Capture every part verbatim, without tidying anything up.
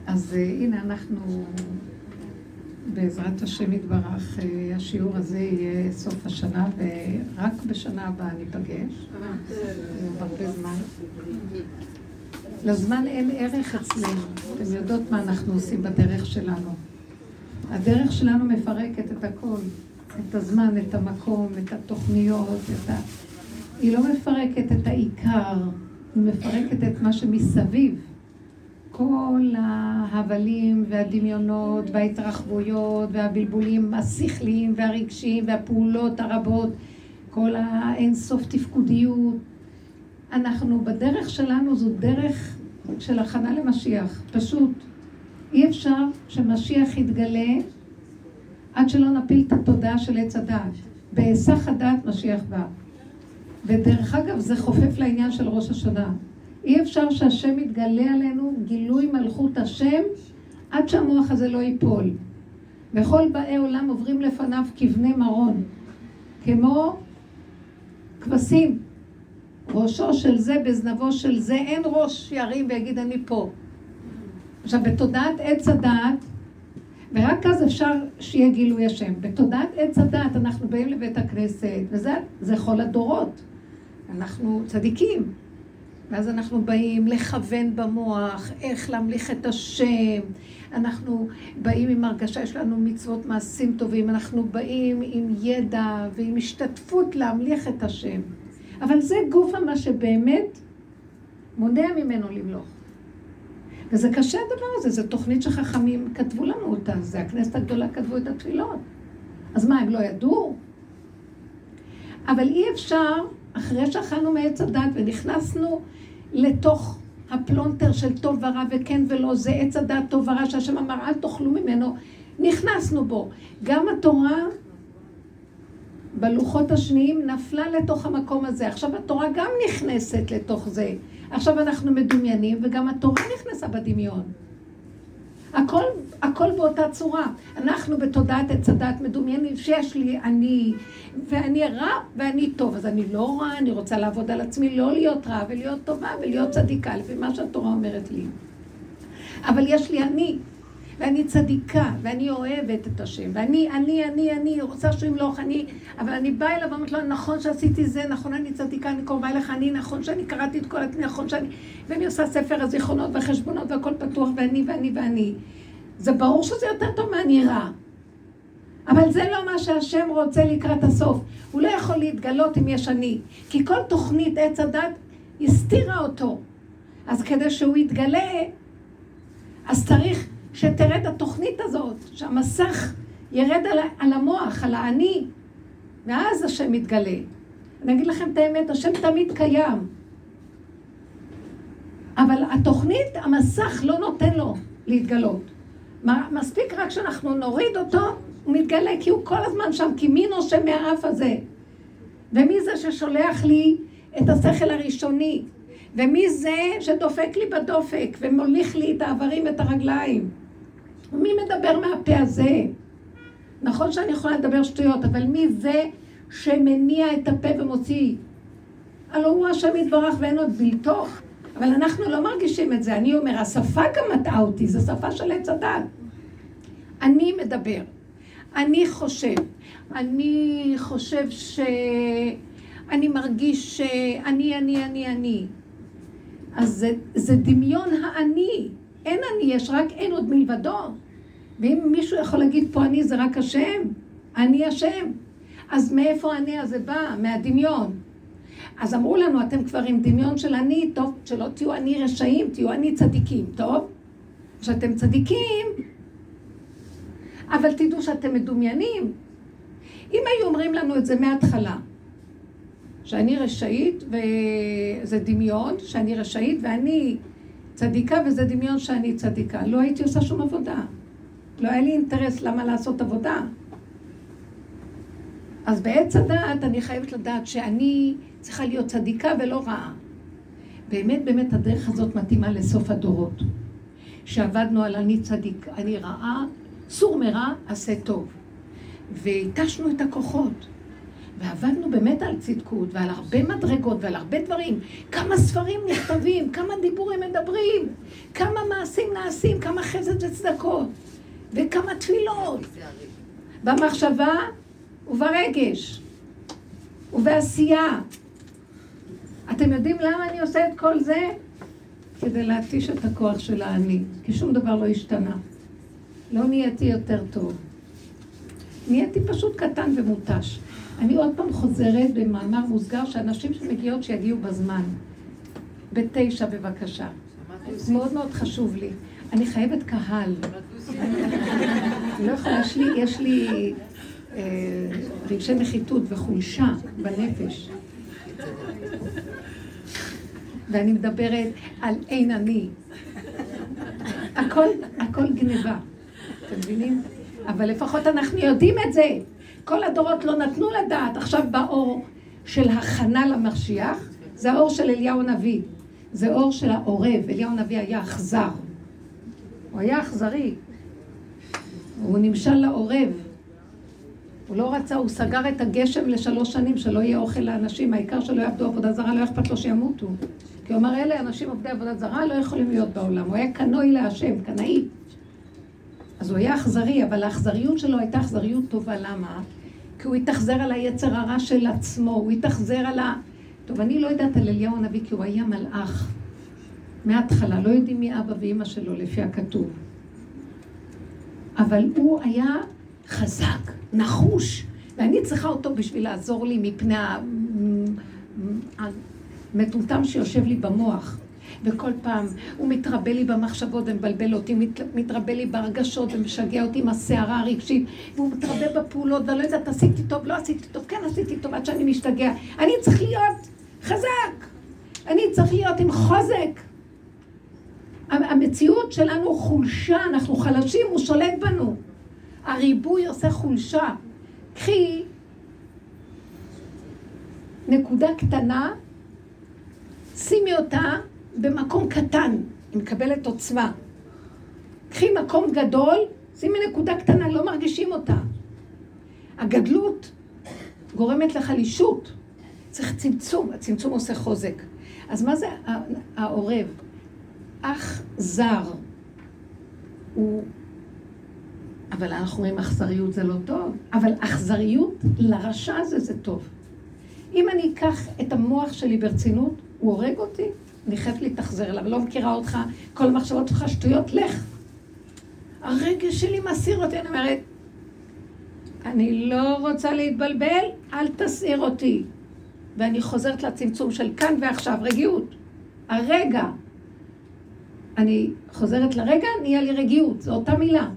אז הנה אנחנו, בעזרת השם יתברך, השיעור הזה יהיה סוף השנה, ורק בשנה הבאה ניפגש. זה הרבה זמן. לזמן אין ערך אצלנו. אתם יודעות מה אנחנו עושים בדרך שלנו. הדרך שלנו מפרקת את הכל. את הזמן, את המקום, את התוכניות, את ה... היא לא מפרקת את העיקר, היא מפרקת את מה שמסביב. כל ההבלים והדמיונות וההתרחבויות והבלבולים השכליים והרגשיים והפעולות הרבות, כל האינסוף תפקודיות. אנחנו בדרך שלנו זו דרך של הכנה למשיח. פשוט אי אפשר שמשיח יתגלה עד שלא נפיל את התודעה של עץ הדעת. בהיסח הדעת משיח בא. ודרך אגב זה חופף לעניין של ראש השנה. אי אפשר שהשם יתגלה עלינו גילוי מלכות השם עד שהמוח הזה לא ייפול. וכל באי עולם עוברים לפניו כבני מרון, כמו כבשים. ראשו של זה בזנבו של זה, אין ראש ירים ויגיד אני פה. עכשיו בתודעת עץ הדעת, ורק אז אפשר שיהיה גילוי השם. בתודעת עץ הדעת אנחנו באים לבית הכנסת, וזה זה כל הדורות. אנחנו צדיקים. ואז אנחנו באים לכוון במוח, איך להמליך את השם. אנחנו באים עם הרגשה, יש לנו מצוות מעשים טובים. אנחנו באים עם ידע ועם השתתפות להמליך את השם. אבל זה גופה מה שבאמת מונע ממנו למלוך. וזה קשה הדבר הזה, זו תוכנית שחכמים כתבו לנו אותה. זה הכנסת הגדולה כתבו את התפילות. אז מה, הם לא ידעו? אבל אי אפשר, אחרי שאכלנו מעץ הדת ונכנסנו לתוך הפלונטר של טוב ורע וכן ולא, זה עץ הדת טוב ורע שהשם אמר אל תאכלו ממנו, נכנסנו בו. גם התורה בלוחות השניים נפלה לתוך המקום הזה. עכשיו התורה גם נכנסת לתוך זה. עכשיו אנחנו מדומיינים וגם התורה נכנסה בדמיון. הכל, הכל באותה צורה. אנחנו בתודעת עץ הדת מדומיינים שיש לי אני, ואני רע ואני טוב. אז אני לא רע, אני רוצה לעבוד על עצמי, לא להיות רע ולהיות טובה ולהיות צדיקה, לפי מה שהתורה אומרת לי. אבל יש לי אני, ואני צדיקה, ואני אוהבת את השם, ואני, אני, אני, אני, רוצה שהוא ימלוך, אני, אבל אני באה אליו ואומרת לו, נכון שעשיתי זה, נכון אני צדיקה, אני קרובה אליך, אני, נכון שאני קראתי את כל התני, נכון שאני, ואני עושה ספר הזיכרונות והחשבונות והכל פתוח, ואני, ואני, ואני. זה ברור שזה יותר טוב מה רע. אבל זה לא מה שהשם רוצה לקראת הסוף. הוא לא יכול להתגלות אם יש אני, כי כל תוכנית עץ הדת הסתירה אותו. אז כדי שהוא יתגלה, אז צריך שתרד התוכנית הזאת, שהמסך ירד על, על המוח, על העני, ואז השם יתגלה. אני אגיד לכם את האמת, השם תמיד קיים. אבל התוכנית, המסך לא נותן לו להתגלות. מספיק רק שאנחנו נוריד אותו, הוא מתגלה, כי הוא כל הזמן שם, כי מי נושם מהאף הזה? ומי זה ששולח לי את השכל הראשוני? ומי זה שדופק לי בדופק ומוליך לי את העברים ואת הרגליים? ומי מדבר מהפה הזה? נכון שאני יכולה לדבר שטויות, אבל מי זה שמניע את הפה ומוציא? הלא הוא השם יתברך ואין עוד בלתו. אבל אנחנו לא מרגישים את זה. אני אומר, השפה גם מטעה אותי, זו שפה של עץ הדת. אני מדבר, אני חושב, אני חושב ש... אני מרגיש שאני, אני, אני, אני. אז זה, זה דמיון האני. אין אני, יש רק אין עוד מלבדו. ואם מישהו יכול להגיד פה אני, זה רק השם. אני השם. אז מאיפה אני הזה בא? מהדמיון. אז אמרו לנו, אתם כבר עם דמיון של אני, טוב, שלא תהיו אני רשעים, תהיו אני צדיקים, טוב? שאתם צדיקים, אבל תדעו שאתם מדומיינים. אם היו אומרים לנו את זה מההתחלה, שאני רשאית וזה דמיון, שאני רשאית ואני צדיקה וזה דמיון שאני צדיקה, לא הייתי עושה שום עבודה. לא היה לי אינטרס למה לעשות עבודה. אז בעץ הדעת אני חייבת לדעת שאני צריכה להיות צדיקה ולא רעה. באמת, באמת הדרך הזאת מתאימה לסוף הדורות. שעבדנו על אני צדיק, אני רעה, סור מרע, עשה טוב. והתשנו את הכוחות. ועבדנו באמת על צדקות ועל הרבה מדרגות ועל הרבה דברים. כמה ספרים נכתבים, כמה דיבורים מדברים, כמה מעשים נעשים, כמה חסד וצדקות, וכמה תפילות. במחשבה וברגש ובעשייה. אתם יודעים למה אני עושה את כל זה? כדי להתיש את הכוח של האני, כי שום דבר לא השתנה. לא נהייתי יותר טוב. נהייתי פשוט קטן ומותש. אני עוד פעם חוזרת במאמר מוסגר שאנשים שמגיעות שיגיעו בזמן. בתשע בבקשה. זה מאוד מאוד חשוב לי. אני חייבת קהל. אני לא יכולה, יש לי, יש לי אה, רגשי נחיתות וחולשה בנפש. ואני מדברת על אין אני. הכל, הכל גניבה. אתם מבינים? אבל לפחות אנחנו יודעים את זה. כל הדורות לא נתנו לדעת. עכשיו באור של הכנה למשיח, זה האור של אליהו הנביא. זה אור של העורב. אליהו הנביא היה אכזר. הוא היה אכזרי. הוא נמשל לעורב. הוא לא רצה, הוא סגר את הגשם לשלוש שנים שלא יהיה אוכל לאנשים. העיקר שלא יעבדו עבודה זרה, לא אכפת לו שימותו. כי הוא אמר, אלה אנשים עובדי עבודה זרה לא יכולים להיות בעולם. הוא היה קנוי להשם, קנאי. אז הוא היה אכזרי, אבל האכזריות שלו הייתה אכזריות טובה. למה? כי הוא התאכזר על היצר הרע של עצמו, הוא התאכזר על ה... טוב, אני לא יודעת על אליהו הנביא, כי הוא היה מלאך. מההתחלה, לא יודעים מי אבא ואמא שלו, לפי הכתוב. אבל הוא היה חזק, נחוש, ואני צריכה אותו בשביל לעזור לי מפני המטומטם שיושב לי במוח. וכל פעם הוא מתרבה לי במחשבות ומבלבל אותי, מתרבה לי בהרגשות ומשגע אותי עם השערה הרגשית, והוא מתרבה בפעולות, ואני לא יודעת, עשיתי טוב, לא עשיתי טוב, כן עשיתי טוב, עד שאני משתגע. אני צריך להיות חזק, אני צריך להיות עם חוזק. המציאות שלנו חולשה, אנחנו חלשים, הוא שולט בנו. הריבוי עושה חולשה. קחי נקודה קטנה, שימי אותה במקום קטן, היא מקבלת עוצמה. קחי מקום גדול, שימי נקודה קטנה, לא מרגישים אותה. הגדלות גורמת לחלישות. צריך צמצום, הצמצום עושה חוזק. אז מה זה העורב? אך זר. הוא... אבל אנחנו אומרים, אכזריות זה לא טוב. אבל אכזריות לרשע הזה זה טוב. אם אני אקח את המוח שלי ברצינות, הוא הורג אותי, אני חייבת להתאכזר אליו, לא מכירה אותך, כל המחשבות שלך שטויות, לך. הרגש שלי מסיר אותי, אני אומרת, אני לא רוצה להתבלבל, אל תסיר אותי. ואני חוזרת לצמצום של כאן ועכשיו, רגיעות. הרגע, אני חוזרת לרגע, נהיה לי רגיעות, זו אותה מילה.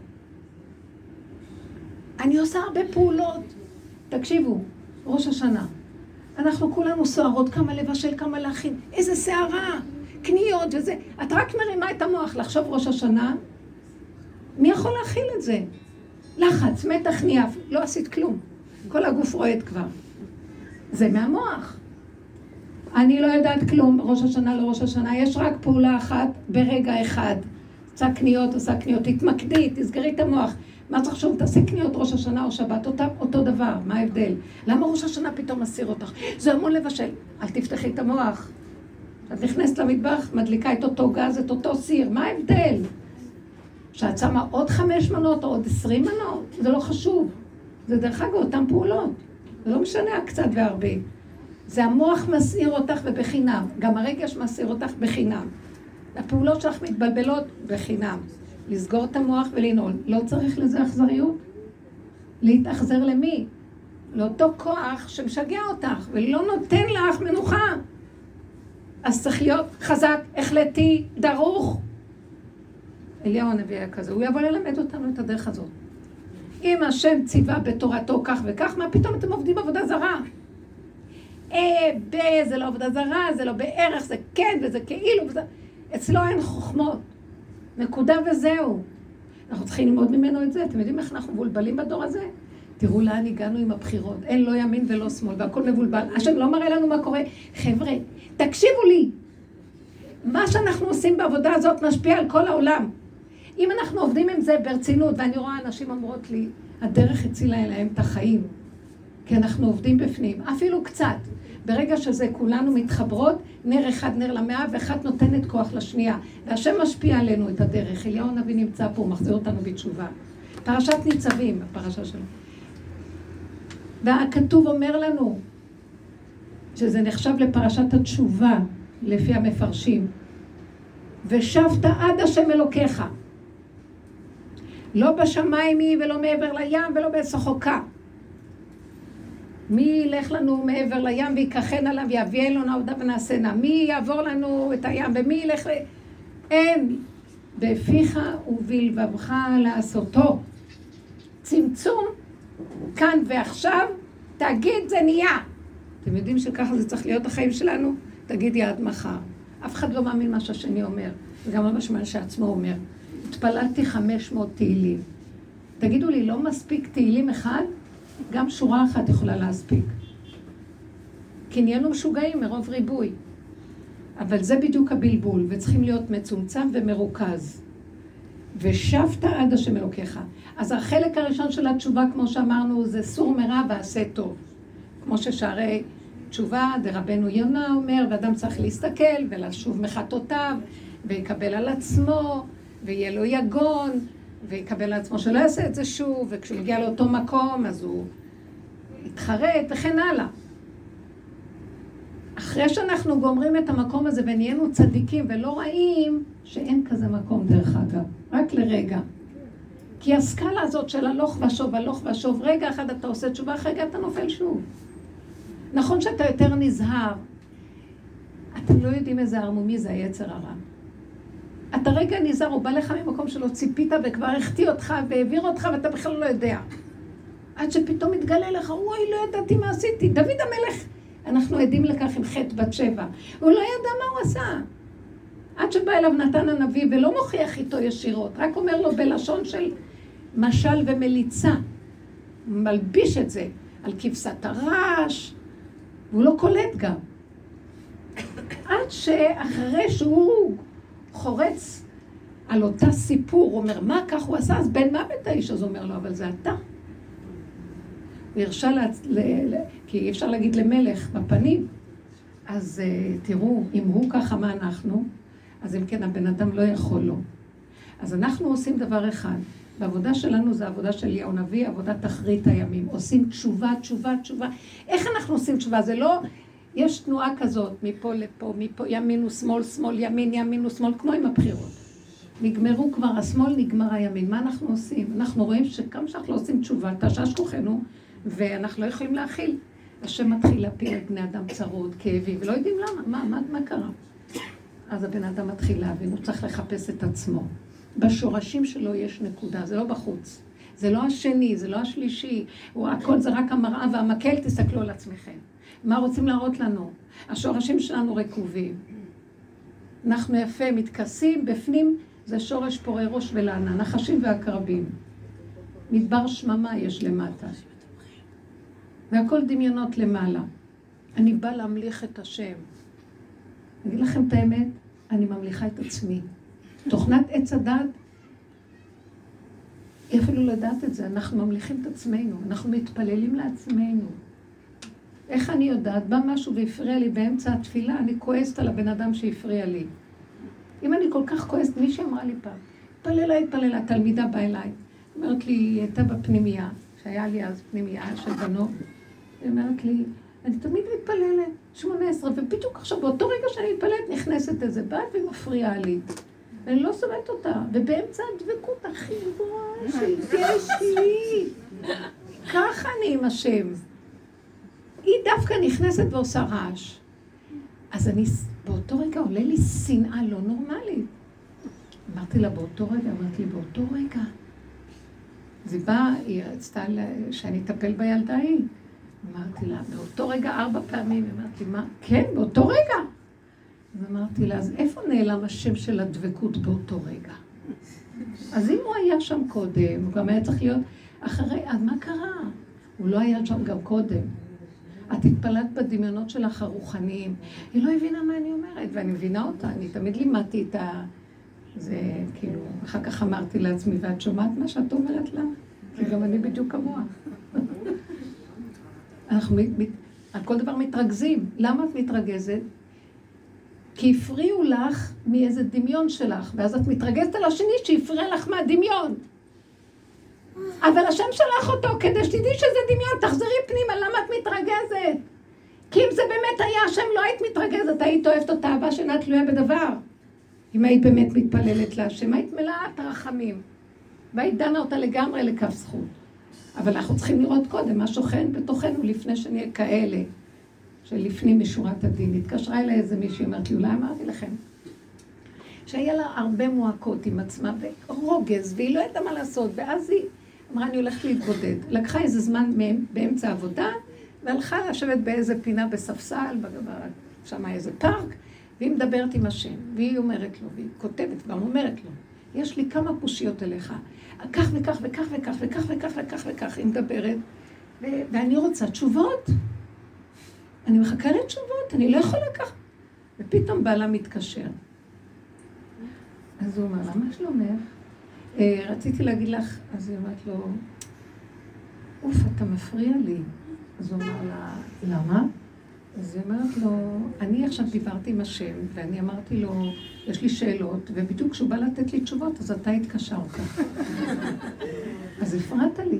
אני עושה הרבה פעולות. תקשיבו, ראש השנה. אנחנו כולנו סוערות, כמה לבשל, כמה להכין. איזה שערה, קניות וזה. את רק מרימה את המוח לחשוב ראש השנה. מי יכול להכיל את זה? לחץ, מתח ניאף, לא עשית כלום. כל הגוף רועד כבר. זה מהמוח. אני לא יודעת כלום, ראש השנה לא ראש השנה. יש רק פעולה אחת ברגע אחד. עושה קניות, עושה קניות. תתמקדי, תסגרי את המוח. מה צריך שום? תעשי קניות ראש השנה או שבת, אותה, אותו דבר, מה ההבדל? למה ראש השנה פתאום מסיר אותך? זה המון לבשל, אל תפתחי את המוח. את נכנסת למטבח, מדליקה את אותו גז, את אותו סיר, מה ההבדל? שאת שמה עוד חמש מנות או עוד עשרים מנות, זה לא חשוב. זה דרך אגב אותם פעולות. זה לא משנה קצת והרבה. זה המוח מסיר אותך ובחינם. גם הרגש מסיר אותך בחינם. הפעולות שלך מתבלבלות בחינם. לסגור את המוח ולנעול. לא צריך לזה אכזריות? להתאכזר למי? לאותו כוח שמשגע אותך ולא נותן לך מנוחה. אז צריך להיות חזק, החלטי, דרוך. אליהו הנביא היה כזה, הוא יבוא ללמד אותנו את הדרך הזאת. אם השם ציווה בתורתו כך וכך, מה פתאום אתם עובדים עבודה זרה? אה, ב, זה לא עבודה זרה, זה לא בערך, זה כן וזה כאילו, וזה... אצלו אין חוכמות. נקודה וזהו. אנחנו צריכים ללמוד ממנו את זה. אתם יודעים איך אנחנו מבולבלים בדור הזה? תראו לאן הגענו עם הבחירות. אין לא ימין ולא שמאל, והכל מבולבל. השם לא מראה לנו מה קורה. חבר'ה, תקשיבו לי. מה שאנחנו עושים בעבודה הזאת משפיע על כל העולם. אם אנחנו עובדים עם זה ברצינות, ואני רואה אנשים אומרות לי, הדרך הצילה להם את החיים. כי אנחנו עובדים בפנים, אפילו קצת. ברגע שזה כולנו מתחברות, נר אחד נר למאה ואחת נותנת כוח לשנייה. והשם משפיע עלינו את הדרך. אליהו הנביא נמצא פה, הוא מחזיר אותנו בתשובה. פרשת ניצבים, הפרשה שלו. והכתוב אומר לנו, שזה נחשב לפרשת התשובה, לפי המפרשים. ושבת עד השם אלוקיך. לא בשמיים היא ולא מעבר לים ולא בסחוקה. מי ילך לנו מעבר לים ויקחן עליו ויביא אלו נעודה ונעשנה? מי יעבור לנו את הים ומי ילך ל... אין. בפיך ובלבבך לעשותו. צמצום, כאן ועכשיו, תגיד זה נהיה. אתם יודעים שככה זה צריך להיות החיים שלנו? תגידי עד מחר. אף אחד לא מאמין מה שהשני אומר, וגם לא מה שעצמו אומר. התפללתי חמש מאות תהילים. תגידו לי, לא מספיק תהילים אחד? גם שורה אחת יכולה להספיק. כי נהיינו משוגעים מרוב ריבוי. אבל זה בדיוק הבלבול, וצריכים להיות מצומצם ומרוכז. ושבת עד השם אלוקיך. אז החלק הראשון של התשובה, כמו שאמרנו, זה סור מרע ועשה טוב. כמו ששערי תשובה, דרבנו יונה אומר, ואדם צריך להסתכל ולשוב מחטאותיו, ויקבל על עצמו, ויהיה לו יגון, ויקבל על עצמו שלא יעשה את זה שוב, וכשהוא מגיע לאותו מקום, אז הוא יתחרט, וכן הלאה. אחרי שאנחנו גומרים את המקום הזה ונהיינו צדיקים ולא רעים, שאין כזה מקום דרך אגב, רק לרגע. כי הסקאלה הזאת של הלוך ושוב, הלוך ושוב, רגע אחד אתה עושה תשובה, אחרי רגע אתה נופל שוב. נכון שאתה יותר נזהר, אתם לא יודעים איזה ערמומי זה היצר הרע. אתה רגע נזהר, הוא בא לך ממקום שלא ציפית וכבר החטיא אותך והעביר אותך ואתה בכלל לא יודע. עד שפתאום מתגלה לך, וואי, לא ידעתי מה עשיתי. דוד המלך, אנחנו עדים לכך עם חטא בת שבע. הוא לא ידע מה הוא עשה. עד שבא אליו נתן הנביא ולא מוכיח איתו ישירות, רק אומר לו בלשון של משל ומליצה. מלביש את זה על כבשת הרש, והוא לא קולט גם. עד שאחרי שהוא חורץ על אותה סיפור, הוא אומר, מה כך הוא עשה? אז בן מוות האיש, אז הוא אומר לו, אבל זה אתה. הוא הרשה לה, ל, ל, כי אי אפשר להגיד למלך בפנים. אז uh, תראו, אם הוא ככה, מה אנחנו? אז אם כן, הבן אדם לא יכול לו. אז אנחנו עושים דבר אחד. בעבודה שלנו זה עבודה של אליהו הנביא, עבודת אחרית הימים. עושים תשובה, תשובה, תשובה. איך אנחנו עושים תשובה? זה לא... יש תנועה כזאת, מפה לפה, מפה, ימין ושמאל, שמאל, ימין, ימין ושמאל, כמו עם הבחירות. נגמרו כבר, השמאל נגמר הימין. מה אנחנו עושים? אנחנו רואים שכמה שאנחנו לא עושים תשובה, תשש כוחנו, ואנחנו לא יכולים להכיל. השם מתחיל להפיל את בני אדם צרות, כאבים, ולא יודעים למה, מה, מה, מה קרה? אז הבן אדם מתחיל להבין, הוא צריך לחפש את עצמו. בשורשים שלו יש נקודה, זה לא בחוץ. זה לא השני, זה לא השלישי. הכל זה רק המראה והמקל, תסתכלו על עצמכם. מה רוצים להראות לנו? השורשים שלנו רקובים. אנחנו יפה, מתכסים, בפנים זה שורש פורי ראש ולענה, נחשים ועקרבים. מדבר שממה יש למטה. והכל דמיונות למעלה. אני באה להמליך את השם. אני אגיד לכם את האמת, אני ממליכה את עצמי. תוכנת עץ הדת, היא אפילו לדעת את זה, אנחנו ממליכים את עצמנו, אנחנו מתפללים לעצמנו. איך אני יודעת? בא משהו והפריע לי באמצע התפילה, אני כועסת על הבן אדם שהפריע לי. אם אני כל כך כועסת, מי שאמרה לי פעם, התפללה, התפללה, תלמידה באה אליי. אומרת לי, היא הייתה בפנימייה, שהיה לי אז פנימייה של בנות, היא אומרת לי, אני תמיד מתפללת, שמונה עשרה, ובדיוק עכשיו, באותו רגע שאני מתפללת, נכנסת איזה בת והיא מפריעה לי. ואני לא שומעת אותה, ובאמצע הדבקות הכי גבוהה שיש לי. ככה אני עם השם. היא דווקא נכנסת ועושה רעש. אז אני, באותו רגע עולה לי שנאה לא נורמלית. אמרתי לה, באותו רגע, אמרתי לי, באותו רגע. אז היא באה, היא רצתה שאני אטפל בילדה היא. אמרתי לה, באותו רגע ארבע פעמים, אמרתי, מה? כן, באותו רגע. אז אמרתי לה, אז איפה נעלם השם של הדבקות באותו רגע? אז אם הוא היה שם קודם, הוא גם היה צריך להיות אחרי, אז מה קרה? הוא לא היה שם גם קודם. את התפלאת בדמיונות שלך הרוחניים. היא לא הבינה מה אני אומרת, ואני מבינה אותה, אני תמיד לימדתי את ה... זה כאילו, אחר כך אמרתי לעצמי, ואת שומעת מה שאת אומרת לה? כי גם אני בדיוק כמוה. אנחנו על כל דבר מתרגזים. למה את מתרגזת? כי הפריעו לך מאיזה דמיון שלך, ואז את מתרגזת על השני שהפריע לך מהדמיון. אבל השם שלח אותו כדי שתדעי שזה דמיון, תחזרי פנימה, למה את מתרגזת? כי אם זה באמת היה השם, לא היית מתרגזת, היית אוהבת אותה אהבה שאינה תלויה בדבר. אם היית באמת מתפללת להשם, היית מלאת רחמים. והיית דנה אותה לגמרי לכף זכות. אבל אנחנו צריכים לראות קודם מה שוכן בתוכנו לפני שנהיה כאלה, שלפנים משורת הדין. התקשרה אליי איזה מישהי, אמרת לי, אולי אמרתי לכם, שהיה לה הרבה מועקות עם עצמה, ורוגז, והיא לא ידעה מה לעשות, ואז היא אמרה, אני הולכת להתבודד. לקחה איזה זמן באמצע העבודה, והלכה לשבת באיזה פינה בספסל, שם איזה פארק, והיא מדברת עם השם, והיא אומרת לו, והיא כותבת, גם אומרת לו, יש לי כמה פושיות אליך, כך וכך וכך וכך וכך וכך וכך וכך, היא מדברת, ואני רוצה תשובות. אני מחכה לתשובות, אני לא יכולה כך. ופתאום בעלה מתקשר. אז הוא אומר לה, מה שלומך? רציתי להגיד לך, אז היא אומרת לו, אוף, אתה מפריע לי. אז הוא אומר לה, למה? אז היא אומרת לו, אני עכשיו דיברתי עם השם, ואני אמרתי לו, יש לי שאלות, ובדיוק כשהוא בא לתת לי תשובות, אז אתה התקשרת. אז הפרעת לי.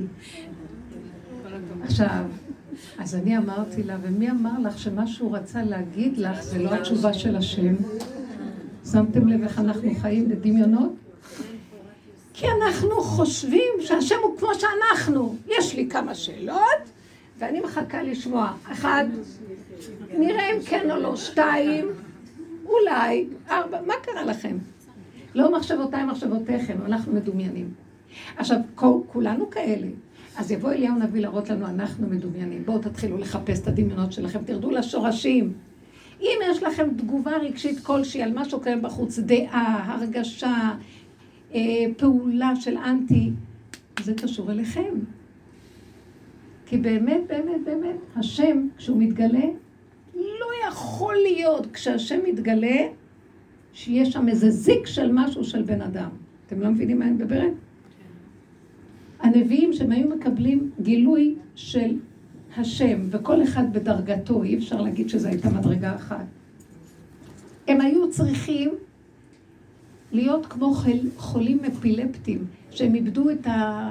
עכשיו, אז אני אמרתי לה, ומי אמר לך שמה שהוא רצה להגיד לך, זה לא התשובה של השם? שמתם לב איך אנחנו חיים בדמיונות? כי אנחנו חושבים שהשם הוא כמו שאנחנו. יש לי כמה שאלות, ואני מחכה לשמוע. אחד, נראה אם כן או לא. שתיים, אולי, ארבע, מה קרה לכם? לא מחשבותיי, מחשבותיכם, אנחנו מדומיינים. עכשיו, כולנו כאלה. אז יבוא אליהו נביא להראות לנו, אנחנו מדומיינים. בואו תתחילו לחפש את הדמיונות שלכם, תרדו לשורשים. אם יש לכם תגובה רגשית כלשהי על משהו קיים בחוץ, דעה, הרגשה, פעולה של אנטי, זה קשור אליכם. כי באמת, באמת, באמת, השם, כשהוא מתגלה, לא יכול להיות כשהשם מתגלה, שיש שם איזה זיק של משהו של בן אדם. אתם לא מבינים מה אני מדברת? הנביאים שהם היו מקבלים גילוי של השם, וכל אחד בדרגתו, אי אפשר להגיד שזו הייתה מדרגה אחת. הם היו צריכים להיות כמו חולים אפילפטיים, שהם איבדו את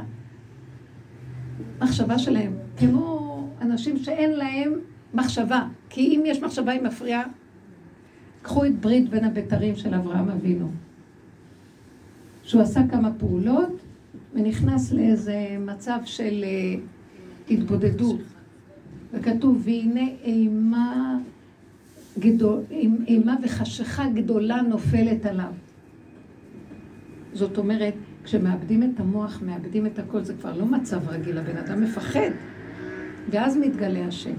המחשבה שלהם, כמו אנשים שאין להם מחשבה, כי אם יש מחשבה היא מפריעה. קחו את ברית בין הבתרים של אברהם אבינו, שהוא עשה כמה פעולות, ונכנס לאיזה מצב של התבודדות. וכתוב, והנה אימה, גדול, אימה וחשיכה גדולה נופלת עליו. זאת אומרת, כשמאבדים את המוח, מאבדים את הכל, זה כבר לא מצב רגיל, הבן אדם מפחד. ואז מתגלה השם.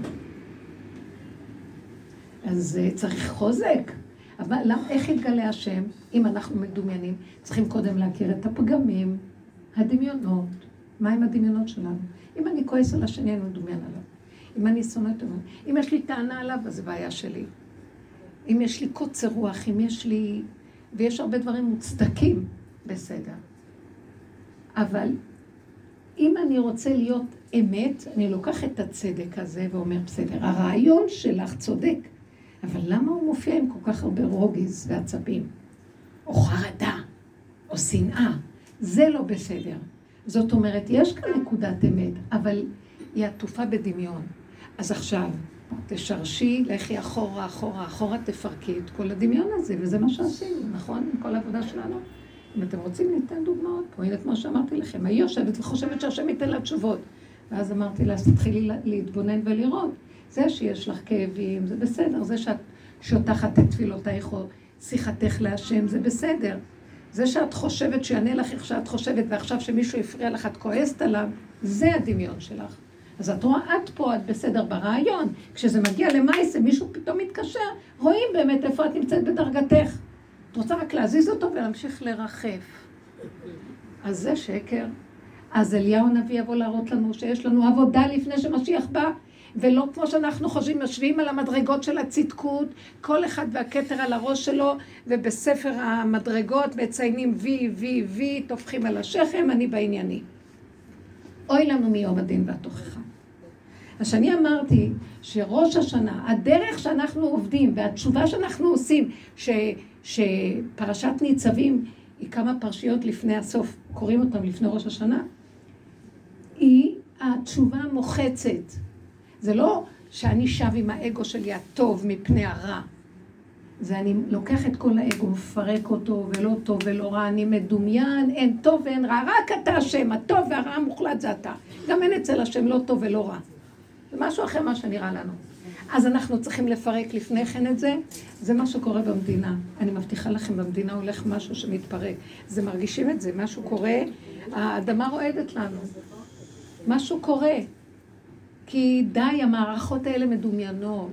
אז צריך חוזק. אבל למה, איך יתגלה השם, אם אנחנו מדומיינים? צריכים קודם להכיר את הפגמים, הדמיונות. מה עם הדמיונות שלנו? אם אני כועס על השני, אני מדומיין עליו. אם אני שונאת עליו. אם יש לי טענה עליו, אז זה בעיה שלי. אם יש לי קוצר רוח, אם יש לי... ויש הרבה דברים מוצדקים, בסדר. אבל אם אני רוצה להיות אמת, אני לוקח את הצדק הזה ואומר, בסדר, הרעיון שלך צודק, אבל למה הוא מופיע עם כל כך הרבה רוגז ועצבים? או חרדה, או שנאה. זה לא בסדר. זאת אומרת, יש כאן נקודת אמת, אבל היא עטופה בדמיון. אז עכשיו, תשרשי, לכי אחורה, אחורה, אחורה, תפרקי את כל הדמיון הזה, וזה מה שעשינו, נכון? עם כל העבודה שלנו. אם אתם רוצים, ניתן דוגמאות פה, הנה כמו שאמרתי לכם, היא יושבת וחושבת שהשם ייתן לה תשובות. ואז אמרתי לה, אז תתחילי להתבונן ולראות. זה שיש לך כאבים, זה בסדר. זה שאת שוטחת את תפילותייך או שיחתך להשם, זה בסדר. זה שאת חושבת שיענה לך איך שאת חושבת, ועכשיו שמישהו יפריע לך, את כועסת עליו, זה הדמיון שלך. אז את רואה, את פה, את בסדר ברעיון. כשזה מגיע למייסה, מישהו פתאום מתקשר, רואים באמת איפה את נמצאת בדרגתך. את רוצה רק להזיז אותו ולהמשיך לרחף. אז זה שקר. אז אליהו הנביא יבוא להראות לנו שיש לנו עבודה לפני שמשיח בא, ולא כמו שאנחנו חושבים, יושבים על המדרגות של הצדקות, כל אחד והכתר על הראש שלו, ובספר המדרגות מציינים וי, וי, וי, תופכים על השכם, אני בענייני. אוי לנו מיום הדין והתוכחה. אז שאני אמרתי שראש השנה, הדרך שאנחנו עובדים והתשובה שאנחנו עושים, ש, שפרשת ניצבים היא כמה פרשיות לפני הסוף, קוראים אותם לפני ראש השנה, היא התשובה המוחצת. זה לא שאני שב עם האגו שלי הטוב מפני הרע. זה אני לוקח את כל האגו, מפרק אותו ולא טוב ולא רע, אני מדומיין, אין טוב ואין רע, רק אתה השם, הטוב והרע המוחלט זה אתה. גם אין אצל השם לא טוב ולא רע. זה משהו אחר מה שנראה לנו. אז אנחנו צריכים לפרק לפני כן את זה, זה מה שקורה במדינה. אני מבטיחה לכם, במדינה הולך משהו שמתפרק. זה מרגישים את זה, משהו קורה, האדמה רועדת לנו. משהו קורה. כי די, המערכות האלה מדומיינות.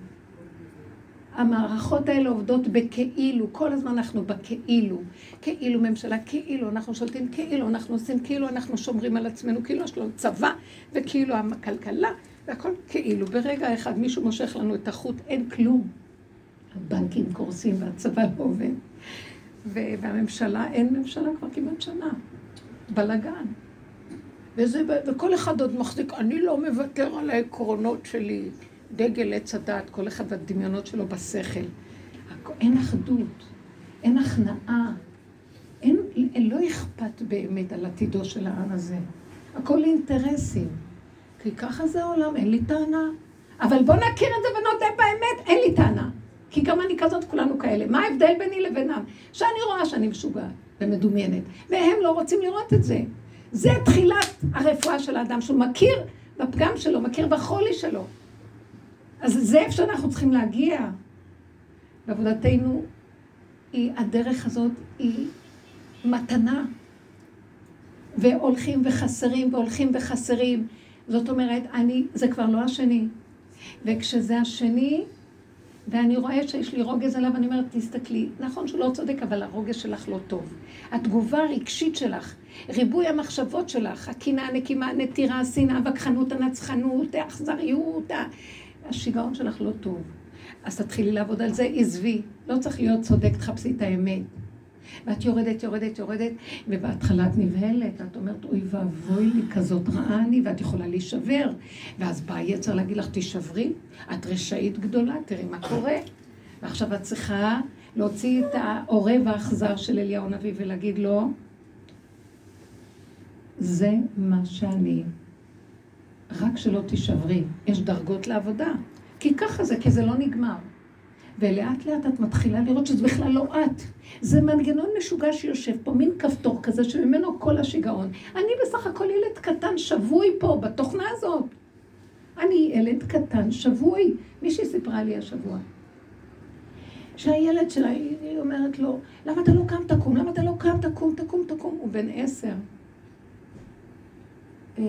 המערכות האלה עובדות בכאילו, כל הזמן אנחנו בכאילו. כאילו ממשלה, כאילו אנחנו שולטים, כאילו אנחנו עושים, כאילו אנחנו שומרים על עצמנו, כאילו יש לנו צבא, וכאילו הכלכלה, והכל כאילו. ברגע אחד מישהו מושך לנו את החוט, אין כלום. הבנקים קורסים והצבא לא עובד. והממשלה, אין ממשלה כבר כמעט שנה. בלגן. וזה, וכל אחד עוד מחזיק, אני לא מוותר על העקרונות שלי. דגל עץ הדת, כל אחד והדמיונות שלו בשכל. אין אחדות, אין הכנעה, אין, לא אכפת באמת על עתידו של העם הזה. הכל אינטרסים. כי ככה זה העולם, אין לי טענה. אבל בוא נכיר את זה ונודה באמת, אין לי טענה. כי גם אני כזאת, כולנו כאלה. מה ההבדל ביני לבינם? שאני רואה שאני משוגעת ומדומיינת, והם לא רוצים לראות את זה. זה תחילת הרפואה של האדם, שהוא מכיר בפגם שלו, מכיר בחולי שלו. אז זה איפה שאנחנו צריכים להגיע. בעבודתנו, היא, הדרך הזאת היא מתנה. והולכים וחסרים, והולכים וחסרים. זאת אומרת, אני, זה כבר לא השני. וכשזה השני, ואני רואה שיש לי רוגז עליו, אני אומרת, תסתכלי, נכון שהוא לא צודק, אבל הרוגז שלך לא טוב. התגובה הרגשית שלך, ריבוי המחשבות שלך, הקנאה, הנקימה, הנטירה, השנאה, הכחנות, הנצחנות, האכזריות, השיגעון שלך לא טוב. אז תתחילי לעבוד על זה, עזבי. לא צריך להיות צודק, תחפשי את האמת. ואת יורדת, יורדת, יורדת, ובהתחלה את נבהלת, את אומרת, אוי ואבוי לי, כזאת רעה אני, ואת יכולה להישבר. ואז בא יצר להגיד לך, תישברי, את רשאית גדולה, תראי מה קורה. ועכשיו את צריכה להוציא את העורב האכזר של אליהו הנביא ולהגיד לו, זה מה שאני. רק שלא תישברי, יש דרגות לעבודה. כי ככה זה, כי זה לא נגמר. ולאט לאט את מתחילה לראות שזה בכלל לא את. זה מנגנון משוגע שיושב פה, מין כפתור כזה שממנו כל השיגעון. אני בסך הכל ילד קטן שבוי פה, בתוכנה הזאת. אני ילד קטן שבוי. מישהי סיפרה לי השבוע. שהילד שלה, היא אומרת לו, למה אתה לא קם תקום? למה אתה לא קם תקום, תקום, תקום? הוא בן עשר. היא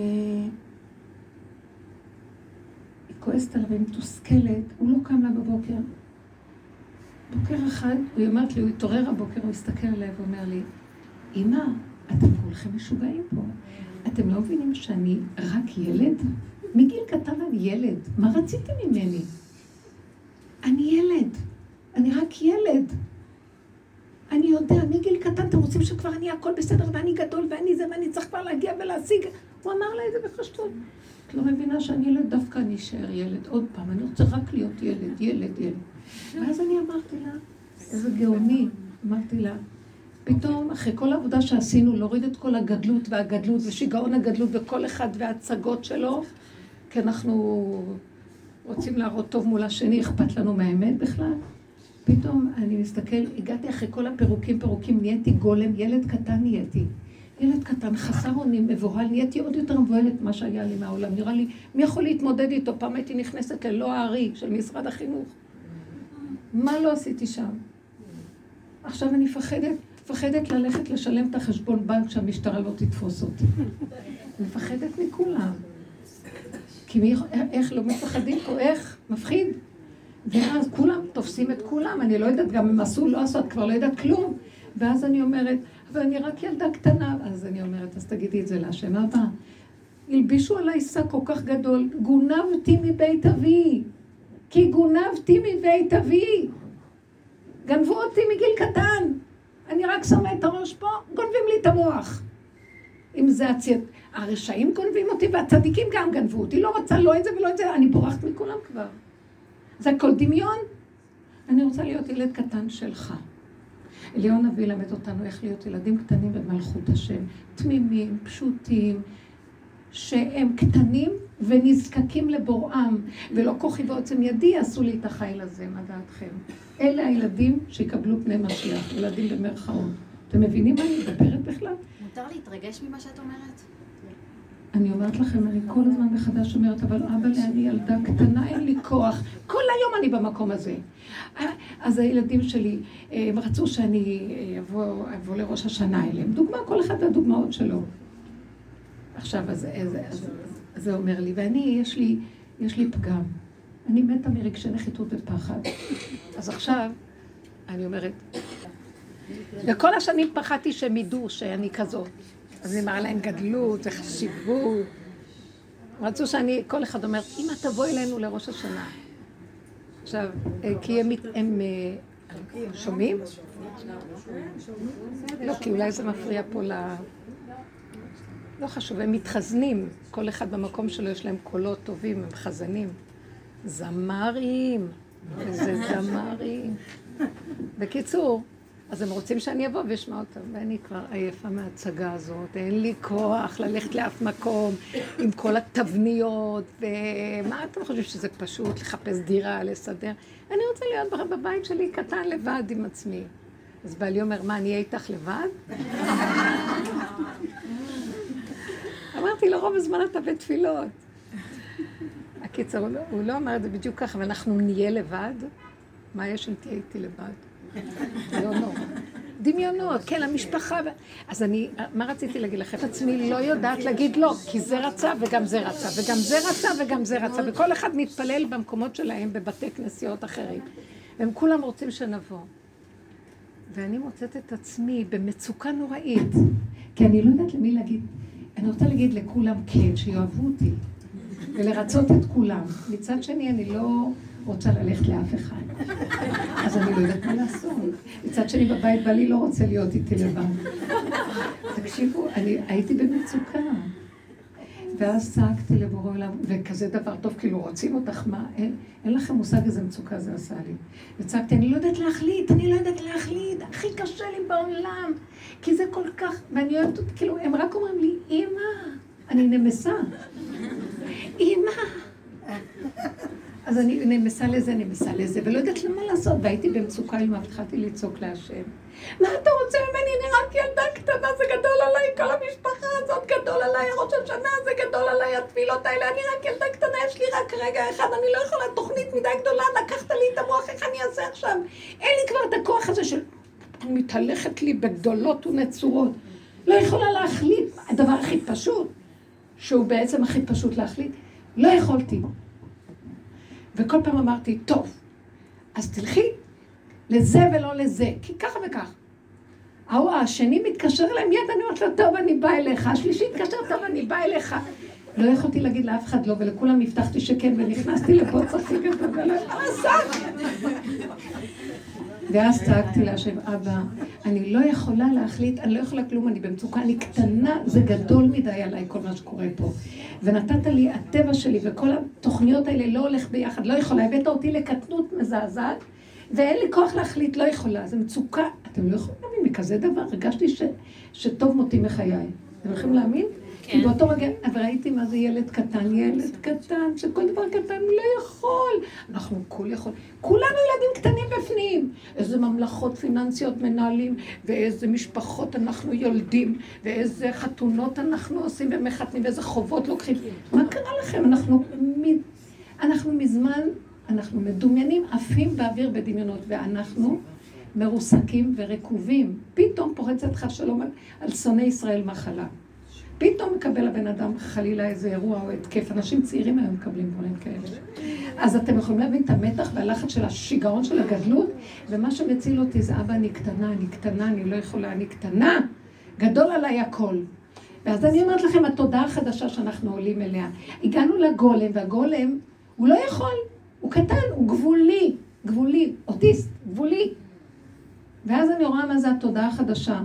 כועסת עליו, היא מתוסכלת, הוא לא קם לה בבוקר. בוקר אחד, הוא אומרת לי, הוא התעורר הבוקר, הוא הסתכל עליי ואומר לי, אמא, אתם כולכם משוגעים פה. אתם לא מבינים שאני רק ילד? מגיל קטן אני ילד. מה רציתם ממני? אני ילד. אני רק ילד. אני יודע, מגיל קטן אתם רוצים שכבר אני הכל בסדר ואני גדול ואני זה ואני צריך כבר להגיע ולהשיג. הוא אמר לה את זה בפשטות. את לא מבינה שאני ילד, דווקא אני אשאר ילד. עוד פעם, אני רוצה רק להיות ילד, ילד, ילד. ואז אני אמרתי לה, איזה גאוני, אמרתי לה, פתאום אחרי כל העבודה שעשינו, להוריד את כל הגדלות והגדלות ושיגעון הגדלות וכל אחד וההצגות שלו, כי אנחנו רוצים להראות טוב מול השני, אכפת לנו מהאמת בכלל. פתאום אני מסתכל, הגעתי אחרי כל הפירוקים, פירוקים, נהייתי גולם, ילד קטן נהייתי. ילד קטן, חסר אונים, מבוהל, נהייתי עוד יותר מבוהלת מה שהיה לי מהעולם. נראה לי, מי יכול להתמודד איתו? פעם הייתי נכנסת ללא הארי של משרד החינוך. מה לא עשיתי שם? עכשיו אני מפחדת, מפחדת ללכת לשלם את החשבון בנק שהמשטרה לא תתפוס אותי. אני מפחדת מכולם. כי מי, איך לא מפחדים פה? איך? מפחיד. ואז כולם תופסים את כולם. אני לא יודעת, גם הם עשו, לא עשו, את כבר לא יודעת כלום. ואז אני אומרת, אבל אני רק ילדה קטנה. אז אני אומרת, אז תגידי את זה להשם הבא. הלבישו עליי שק כל כך גדול, גונבתי מבית אבי. כי גונבתי מבית אבי. גנבו אותי מגיל קטן. אני רק שמה את הראש פה, גונבים לי את המוח. אם זה הציית, הרשעים גונבים אותי והצדיקים גם גנבו אותי, לא רוצה לא את זה ולא את זה, אני בורחת מכולם כבר. זה הכל דמיון. אני רוצה להיות ילד קטן שלך. אליהו נביא למד אותנו איך להיות ילדים קטנים במלכות השם, תמימים, פשוטים, שהם קטנים ונזקקים לבוראם, ולא כוחי ועוצם ידי יעשו לי את החיל הזה, מה דעתכם? אלה הילדים שיקבלו פני משיח, ילדים במרכאות. אתם מבינים מה אני מדברת בכלל? מותר להתרגש ממה שאת אומרת? אני אומרת לכם, אני כל הזמן מחדש אומרת, אבל אבא לי, אני ילדה קטנה, אין לי כוח. כל היום אני במקום הזה. אז הילדים שלי, הם רצו שאני אבוא, אבוא לראש השנה אליהם. דוגמה, כל אחד והדוגמאות שלו. עכשיו, אז, אז, אז, אז זה אומר לי, ואני, יש לי, יש לי פגם. אני מתה מרגשי נחיתות ופחד. אז עכשיו, אני אומרת, וכל השנים פחדתי שהם ידעו שאני כזאת. אז אני מראה להם גדלות וחשיבות. רצו שאני, כל אחד אומר, אמא תבוא אלינו לראש השנה. עכשיו, כי הם, הם שומעים? לא, כי אולי זה מפריע פה ל... לא חשוב, הם מתחזנים. כל אחד במקום שלו יש להם קולות טובים, הם חזנים. זמרים, וזה זמרים. בקיצור, אז הם רוצים שאני אבוא ואשמע אותם, ואני כבר עייפה מההצגה הזאת, אין לי כוח ללכת לאף מקום עם כל התבניות, ומה אתם חושבים שזה פשוט לחפש דירה, לסדר? אני רוצה להיות בבית שלי קטן לבד עם עצמי. אז בעלי אומר, מה, אני אהיה איתך לבד? אמרתי לו, רוב הזמן אתה בתפילות. הקיצר, הוא לא, הוא לא אמר את זה בדיוק ככה, ואנחנו נהיה לבד. מה יש אם תהיה איתי לבד? לא נורא. דמיונות, כן, המשפחה. אז אני, מה רציתי להגיד לכם? עצמי לא יודעת להגיד לא, כי זה רצה וגם זה רצה, וגם זה רצה וגם זה רצה, וכל אחד מתפלל במקומות שלהם, בבתי כנסיות אחרים. והם כולם רוצים שנבוא. ואני מוצאת את עצמי במצוקה נוראית, כי אני לא יודעת למי להגיד. אני רוצה להגיד לכולם כן, שיאהבו אותי, ולרצות את כולם. מצד שני, אני לא רוצה ללכת לאף אחד. אז אני לא יודעת מה לעשות. מצד שני, בבית בעלי לא רוצה להיות איתי לבד. תקשיבו, אני הייתי במצוקה. ואז צעקתי לבורא עולם, וכזה דבר טוב, כאילו רוצים אותך, מה? אין, אין לכם מושג איזה מצוקה זה עשה לי. וצעקתי, אני לא יודעת להחליט, אני לא יודעת להחליט, הכי קשה לי בעולם. כי זה כל כך, ואני אוהבת אותי, כאילו, הם רק אומרים לי, אמא, אני נמסה. אמא. אז אני נמסה לזה, נמסה לזה, ולא יודעת למה לעשות. והייתי במצוקה עם התחלתי לצעוק להשם. מה אתה רוצה ממני? אני רק ילדה קטנה, זה גדול עליי, כל המשפחה הזאת גדול עליי, ראש השנה זה גדול עליי, התפילות האלה, אני רק ילדה קטנה, יש לי רק רגע אחד, אני לא יכולה, תוכנית מדי גדולה, לקחת לי את המוח, איך אני אעשה עכשיו? אין לי כבר את הכוח הזה של... אני מתהלכת לי בגדולות ונצורות. לא יכולה להחליט, הדבר הכי פשוט, שהוא בעצם הכי פשוט להחליט, לא יכולתי. וכל פעם אמרתי, טוב, אז תלכי לזה ולא לזה, כי ככה וכך. השני מתקשר אליי מיד, אני אומרת לו, טוב, אני באה אליך. השלישי מתקשר, טוב, אני באה אליך. לא יכולתי להגיד לאף אחד לא, ולכולם הבטחתי שכן, ונכנסתי לבוץ הכי גדול, ולא יכולה לעשות. ואז צעקתי להשם, אבא, אני לא יכולה להחליט, אני לא יכולה כלום, אני במצוקה, אני קטנה, זה גדול מדי עליי כל מה שקורה פה. ונתת לי, הטבע שלי וכל התוכניות האלה לא הולך ביחד, לא יכולה, הבאת אותי לקטנות מזעזעת, ואין לי כוח להחליט, לא יכולה, זה מצוקה. אתם לא יכולים להאמין מכזה דבר, הרגשתי ש, שטוב מותי מחיי. אתם יכולים להאמין? כי באותו רגע, אבל ראיתי מה זה ילד קטן, ילד קטן, שכל דבר קטן הוא לא יכול. אנחנו כל יכול. כולנו ילדים קטנים בפנים. איזה ממלכות פיננסיות מנהלים, ואיזה משפחות אנחנו יולדים, ואיזה חתונות אנחנו עושים ומחתנים, ואיזה חובות לוקחים. מה קרה לכם? אנחנו, אנחנו מזמן, אנחנו מדומיינים, עפים באוויר בדמיונות, ואנחנו מרוסקים ורקובים. פתאום פורצת חס שלום על, על שונאי ישראל מחלה. פתאום מקבל הבן אדם חלילה איזה אירוע או התקף. אנשים צעירים היום מקבלים דברים כאלה. אז אתם יכולים להבין את המתח והלחץ של השיגעון של הגדלות, ומה שמציל אותי זה, אבא, אני קטנה, אני קטנה, אני לא יכולה, אני קטנה, גדול עליי הכל. ואז אני אומרת לכם, התודעה החדשה שאנחנו עולים אליה. הגענו לגולם, והגולם הוא לא יכול, הוא קטן, הוא גבולי, גבולי, אוטיסט, גבולי. ואז אני רואה מה זה התודעה החדשה.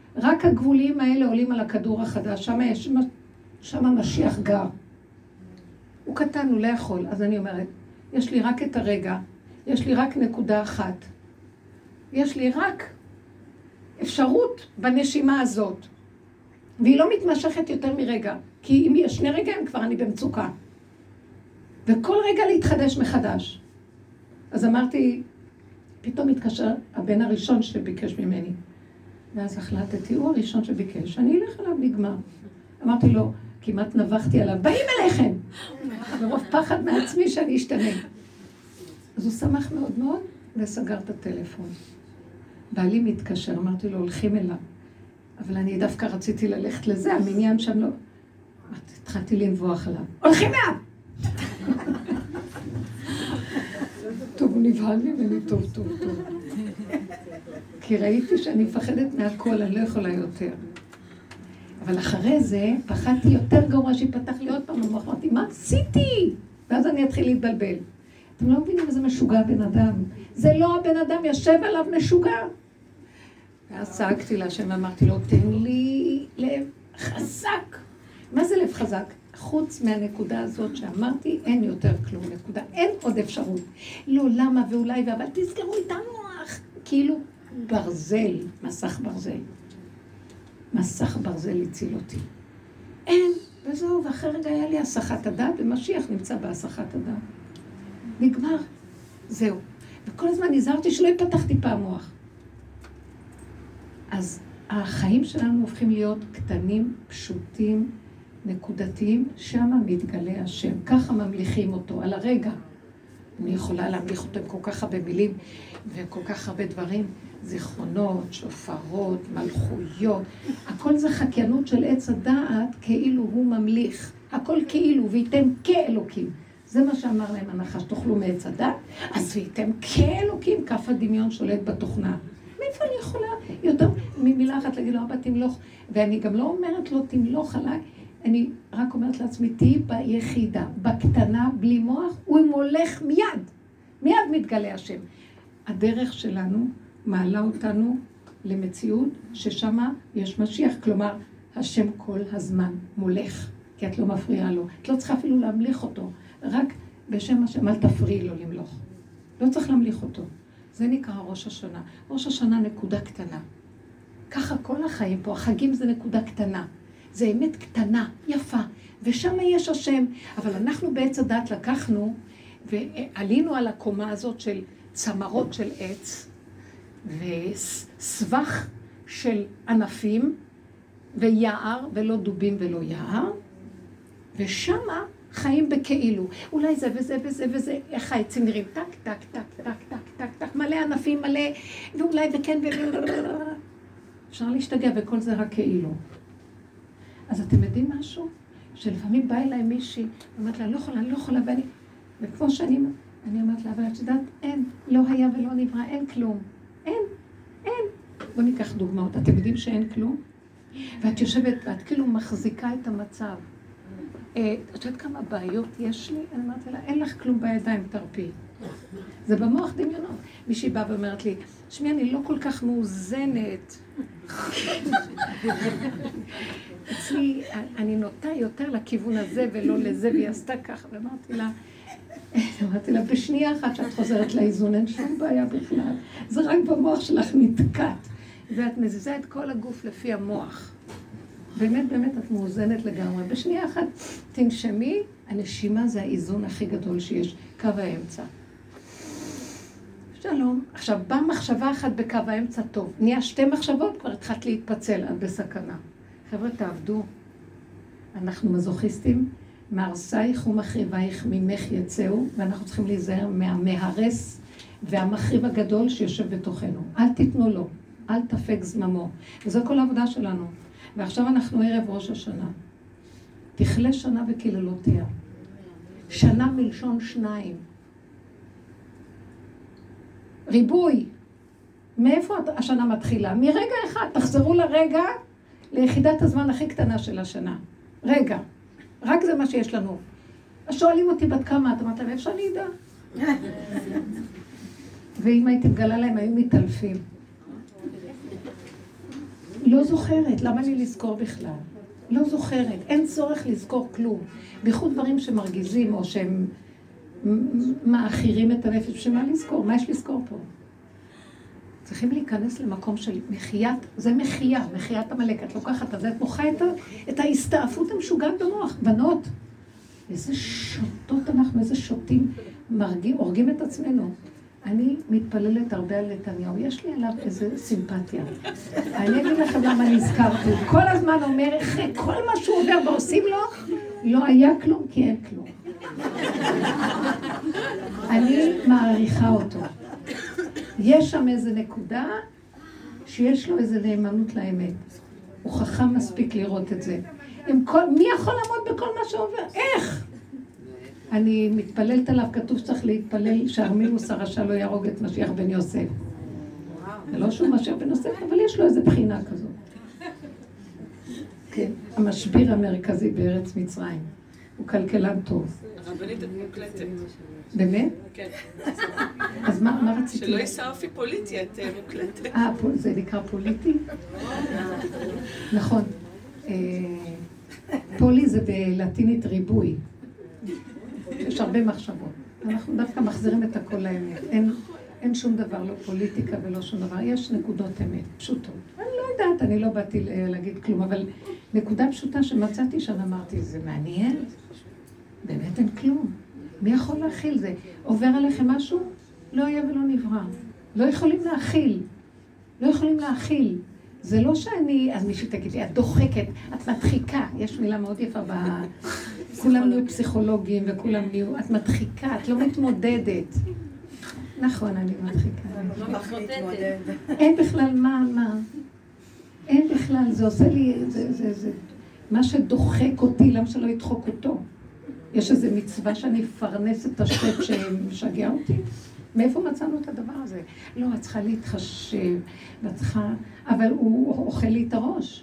רק הגבולים האלה עולים על הכדור החדש, שם יש, שם המשיח גר. הוא קטן, הוא לא יכול. אז אני אומרת, יש לי רק את הרגע, יש לי רק נקודה אחת. יש לי רק אפשרות בנשימה הזאת. והיא לא מתמשכת יותר מרגע. כי אם יש שני רגעים כבר אני במצוקה. וכל רגע להתחדש מחדש. אז אמרתי, פתאום התקשר הבן הראשון שביקש ממני. ואז החלטתי, הוא הראשון שביקש, אני אלך עליו, נגמר. אמרתי לו, כמעט נבחתי עליו, באים אליכם! ברוב פחד מעצמי שאני אשתנה. אז הוא שמח מאוד מאוד, וסגר את הטלפון. בעלי מתקשר, אמרתי לו, הולכים אליו. אבל אני דווקא רציתי ללכת לזה, המניין שם לא... התחלתי לנבוח עליו. הולכים אליו! טוב, הוא נבהל ממני טוב, טוב, טוב. כי ראיתי שאני מפחדת מהכל, אני לא יכולה יותר. אבל אחרי זה, פחדתי יותר גרוע שיפתח לי עוד פעם, אמרתי, מה עשיתי? ואז אני אתחיל להתבלבל. אתם לא מבינים איזה משוגע בן אדם. זה לא הבן אדם, יושב עליו משוגע. ואז צעקתי להשם, אמרתי לו, תן לי לב חזק. מה זה לב חזק? חוץ מהנקודה הזאת שאמרתי, אין יותר כלום, נקודה. אין עוד אפשרות. לא, למה ואולי ואבל, תסגרו את המוח. כאילו ברזל, מסך ברזל. מסך ברזל הציל אותי. אין, וזהו, ואחרי רגע היה לי הסחת הדעת, ומשיח נמצא בהסחת הדעת. נגמר, זהו. וכל הזמן נזהרתי שלא יפתח טיפה המוח. אז החיים שלנו הופכים להיות קטנים, פשוטים, נקודתיים, שמה מתגלה השם. ככה ממליכים אותו, על הרגע. אני יכולה להמליך אותו עם כל כך הרבה מילים, וכל כך הרבה דברים. זיכרונות, שופרות, מלכויות. הכל זה חקיינות של עץ הדעת, כאילו הוא ממליך. הכל כאילו, וייתם כאלוקים. זה מה שאמר להם הנחש, תאכלו מעץ הדעת, אז וייתם כאלוקים, כף הדמיון שולט בתוכנה. מאיפה אני יכולה יותר ממילה אחת להגיד לו, אבא תמלוך, ואני גם לא אומרת לו תמלוך עליי, אני רק אומרת לעצמי, תהי ביחידה, בקטנה, בלי מוח, הוא מולך מיד, מיד מתגלה השם. הדרך שלנו מעלה אותנו למציאות ששמה יש משיח, כלומר, השם כל הזמן מולך, כי את לא מפריעה לו, את לא צריכה אפילו להמליך אותו, רק בשם השם, אל תפריעי לו למלוך. לא צריך להמליך אותו. זה נקרא ראש השנה. ראש השנה נקודה קטנה. ככה כל החיים פה, החגים זה נקודה קטנה. זה אמת קטנה, יפה, ושם יש השם. אבל אנחנו בעץ הדת לקחנו, ועלינו על הקומה הזאת של צמרות של עץ, וסבך של ענפים, ויער, ולא דובים ולא יער, ושמה חיים בכאילו. אולי זה וזה וזה וזה, איך העצים נראים, טק, טק, טק, טק, טק, טק, טק, מלא ענפים, מלא, ואולי וכן ו... אפשר להשתגע, וכל זה רק כאילו. אז אתם יודעים משהו? שלפעמים באה אליי מישהי, אמרת לה, אני לא יכולה, אני לא יכולה, ואני... וכמו שאני, אני אומרת לה, אבל את יודעת, אין, לא היה ולא נברא, אין כלום. אין, אין. בואו ניקח דוגמאות, אתם יודעים שאין כלום? ואת יושבת, ואת כאילו מחזיקה את המצב. את יודעת כמה בעיות יש לי? אני אמרתי לה, אין לך כלום בידיים, תרפי. זה במוח דמיונות. מישהי באה ואומרת לי, שמי, אני לא כל כך מאוזנת. אצלי, אני נוטה יותר לכיוון הזה ולא לזה, והיא עשתה ככה. ואמרתי לה, אמרתי לה, בשנייה אחת שאת חוזרת לאיזון, אין שום בעיה בכלל. זה רק במוח שלך נתקעת. ואת מזיזה את כל הגוף לפי המוח. באמת, באמת את מאוזנת לגמרי. בשנייה אחת תנשמי, הנשימה זה האיזון הכי גדול שיש, קו האמצע. שלום. עכשיו, באה מחשבה אחת בקו האמצע טוב. נהיה שתי מחשבות, כבר התחלת להתפצל, את בסכנה. חבר'ה, תעבדו. אנחנו מזוכיסטים, מהרסייך ומחריבייך ממך יצאו, ואנחנו צריכים להיזהר מהמהרס והמחריב הגדול שיושב בתוכנו. אל תיתנו לו, אל תפק זממו. וזו כל העבודה שלנו. ועכשיו אנחנו ערב ראש השנה. תכלה שנה וקללותיה. שנה מלשון שניים. ריבוי. מאיפה השנה מתחילה? מרגע אחד. תחזרו לרגע, ליחידת הזמן הכי קטנה של השנה. רגע. רק זה מה שיש לנו. שואלים אותי בת כמה, את אמרת להם, איפה שאני אדע? ואם הייתי מגלה להם, היו מתעלפים. לא זוכרת, למה לי לזכור בכלל? לא זוכרת, אין צורך לזכור כלום. בייחוד דברים שמרגיזים או שהם מאחירים את הנפש, שמה לזכור? מה יש לזכור פה? צריכים להיכנס למקום של מחיית, זה מחייה, מחיית המלאק. את לוקחת את זה, את מוחה את, את ההסתעפות המשוגעת במוח. בנות, איזה שוטות אנחנו, איזה שוטים מרגים, הורגים את עצמנו. אני מתפללת הרבה על נתניהו, יש לי עליו איזה סימפתיה. אני אגיד לכם למה נזכרתי. הוא כל הזמן אומר, אחרי כל מה שהוא עובר ועושים לו, לא היה כלום כי אין כלום. אני מעריכה אותו. יש שם איזו נקודה שיש לו איזו נאמנות לאמת. הוא חכם מספיק לראות את זה. כל, מי יכול לעמוד בכל מה שעובר? איך? אני מתפללת עליו, כתוב שצריך להתפלל שהרמילוס הרשע לא יהרוג את משיח בן יוסף. זה לא שהוא משיח בן יוסף, אבל יש לו איזו בחינה כזאת. כן, המשביר המרכזי בארץ מצרים. הוא כלכלן טוב. הרבנית את מוקלטת. באמת? כן. אז מה, מה רציתי? שלא יישא אופי פוליטי, את מוקלטת. אה, זה נקרא פוליטי? נכון. פולי זה בלטינית ריבוי. יש הרבה מחשבות. אנחנו דווקא מחזירים את הכל לאמת. אין, אין שום דבר, לא פוליטיקה ולא שום דבר. יש נקודות אמת, פשוטות. אני לא יודעת, אני לא באתי להגיד כלום, אבל נקודה פשוטה שמצאתי שאני אמרתי, זה מעניין? באמת אין כלום. מי יכול להכיל זה? עובר עליכם משהו? לא היה ולא נברא. לא יכולים להכיל. לא יכולים להכיל. זה לא שאני, אז מישהו תגיד לי, את דוחקת, את מדחיקה. יש מילה מאוד יפה ב... כולם נהיו פסיכולוגים וכולם נהיו, את מדחיקה, את לא מתמודדת. נכון, אני מדחיקה. אין בכלל מה, מה? אין בכלל, זה עושה לי, זה, זה, זה, מה שדוחק אותי, למה שלא ידחוק אותו? יש איזו מצווה שאני אפרנס את השטט שמשגע אותי? מאיפה מצאנו את הדבר הזה? לא, את צריכה להתחשב, ואת צריכה, אבל הוא אוכל לי את הראש.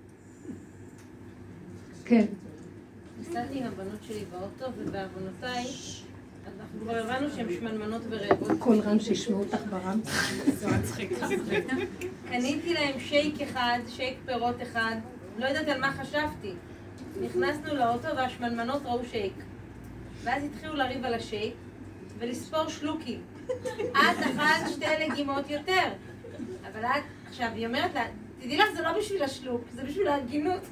כן. נסעתי עם הבנות שלי באוטו, ובעוונותיי, אנחנו כבר הבנו שהן שמנמנות ורעבות. כל רם שישמעו אותך ברם. זה מצחיקה. קניתי להם שייק אחד, שייק פירות אחד, לא יודעת על מה חשבתי. נכנסנו לאוטו והשמנמנות ראו שייק. ואז התחילו לריב על השייק ולספור שלוקים. את אכלת שתי לגימות יותר. אבל את, עכשיו, היא אומרת לה, תדעי לך, זה לא בשביל השלוק, זה בשביל ההגינות.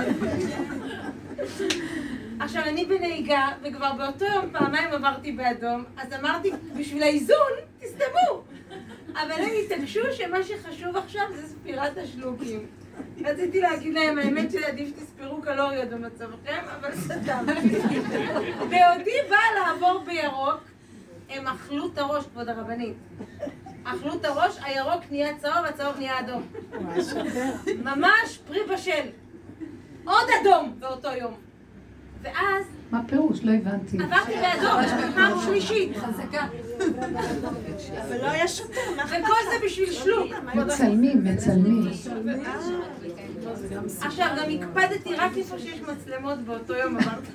עכשיו, אני בנהיגה, וכבר באותו יום פעמיים עברתי באדום, אז אמרתי, בשביל האיזון, תסתמו. אבל הם התעקשו שמה שחשוב עכשיו זה ספירת השלוקים. רציתי להגיד להם, האמת שעדיף שתספרו קלוריות במצבכם, אבל סתם. בעודי באה לעבור בירוק, הם אכלו את הראש, כבוד הרבנית. אכלו את הראש, הירוק נהיה צהוב, הצהוב נהיה אדום. ממש פרי בשל. עוד אדום באותו יום. ואז... מה פירוש? לא הבנתי. עברתי באדום, פעם שלישית. חזקה. אבל לא היה שוטר. וכל זה בשביל שלוק. מצלמים, מצלמים. עכשיו, גם הקפדתי רק איפה שיש מצלמות באותו יום עברתי.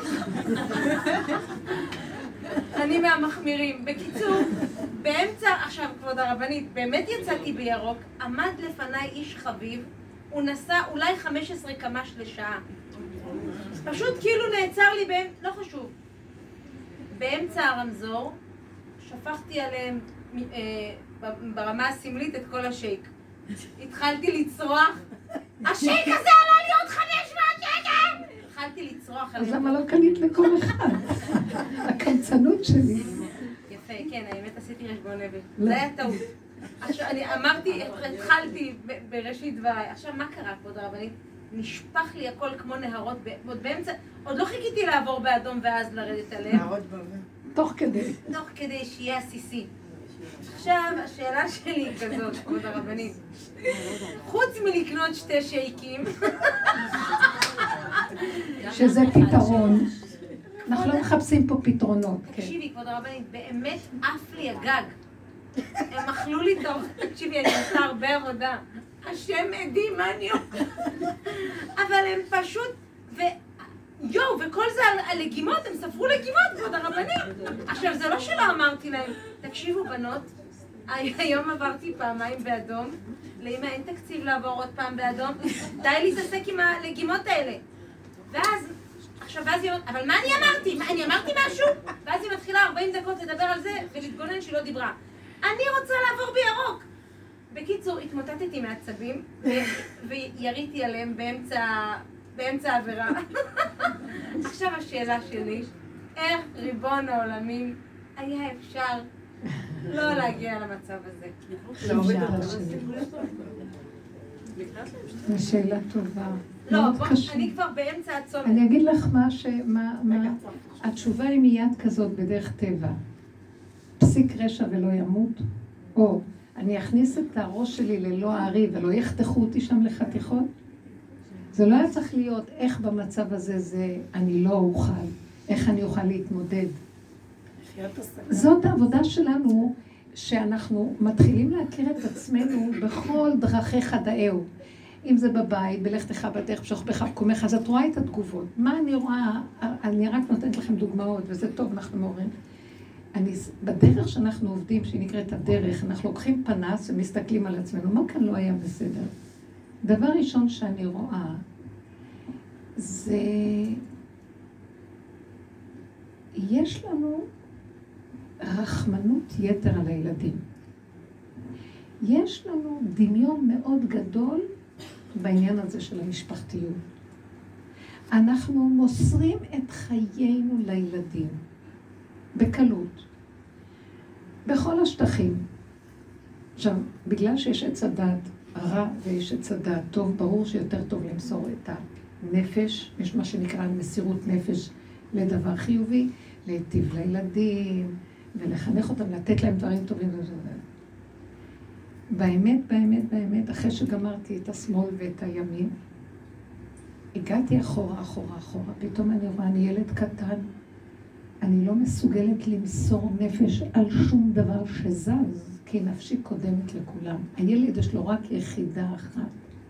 אני מהמחמירים. בקיצור, באמצע, עכשיו כבוד הרבנית, באמת יצאתי בירוק, עמד לפניי איש חביב, הוא נסע אולי חמש עשרה קמ"ש לשעה. פשוט כאילו נעצר לי באמצע, לא חשוב. באמצע הרמזור, שפכתי עליהם אה, ברמה הסמלית את כל השייק. התחלתי לצרוח, השייק הזה עלה לי עוד חמש מאות שקל! התחלתי לצרוח עליהם. אז למה לא קנית לכל אחד? הקמצנות שלי. יפה, כן, האמת עשיתי חשבון נפש. זה היה טעות. עכשיו, אני אמרתי, התחלתי בראשית דבריי. עכשיו, מה קרה, כבוד הרבנית? נשפך לי הכל כמו נהרות, עוד באמצע, עוד לא חיכיתי לעבור באדום ואז לרדת עליהם. תוך כדי. תוך כדי שיהיה עסיסי. עכשיו, השאלה שלי היא כזאת, כבוד הרבנית. חוץ מלקנות שתי שייקים, שזה פתרון. אנחנו לא מחפשים פה פתרונות. תקשיבי, כבוד הרבנית, באמת עף לי הגג. הם אכלו לי טוב, תקשיבי, אני עושה הרבה עבודה. השם עדי, מה אני עושה? אבל הם פשוט, ו... יואו, וכל זה על הלגימות, הם ספרו לגימות, כבוד הרבנים. עכשיו, זה לא שלא אמרתי להם, תקשיבו בנות, היום עברתי פעמיים באדום, לאמא אין תקציב לעבור עוד פעם באדום, די להתעסק עם הלגימות האלה. ואז, עכשיו, ואז היא אומרת, אבל מה אני אמרתי? מה, אני אמרתי משהו? ואז היא מתחילה ארבעים דקות לדבר על זה ולהתגונן שהיא לא דיברה. אני רוצה לעבור בירוק! בקיצור, התמוטטתי מעצבים ויריתי עליהם באמצע, באמצע העבירה. עכשיו השאלה שלי, איך ריבון העולמים היה אפשר לא להגיע למצב הזה? זו שאלה טובה. לא, בוא, אני כבר באמצע הצומת. אני אגיד לך מה ש... מה, מה... התשובה היא מיד כזאת בדרך טבע. פסיק רשע ולא ימות, או אני אכניס את הראש שלי ללא הארי ולא יחתכו אותי שם לחתיכות. זה לא היה צריך להיות איך במצב הזה זה אני לא אוכל, איך אני אוכל להתמודד. זאת העבודה שלנו, שאנחנו מתחילים להכיר את עצמנו בכל דרכי חדאהו. אם זה בבית, בלכתך בדרך, בשוכבך בקומך, אז את רואה את התגובות. מה אני רואה? אני רק נותנת לכם דוגמאות, וזה טוב, אנחנו מעוררים. אני, בדרך שאנחנו עובדים, שהיא נקראת הדרך, אנחנו לוקחים פנס ומסתכלים על עצמנו. מה כאן לא היה בסדר? דבר ראשון שאני רואה, זה... יש לנו רחמנות יתר על הילדים. יש לנו דמיון מאוד גדול בעניין הזה של המשפחתיות. אנחנו מוסרים את חיינו לילדים, בקלות, בכל השטחים. עכשיו, בגלל שיש עץ הדעת רע ויש עץ הדעת טוב, ברור שיותר טוב למסור את הנפש, יש מה שנקרא מסירות נפש לדבר חיובי, להיטיב לילדים ולחנך אותם, לתת להם דברים טובים וזה. באמת, באמת, באמת, אחרי שגמרתי את השמאל ואת הימין, הגעתי אחורה, אחורה, אחורה. פתאום אני רואה, אני ילד קטן, אני לא מסוגלת למסור נפש על שום דבר שזז, כי נפשי קודמת לכולם. הילד יש לו רק יחידה אחת,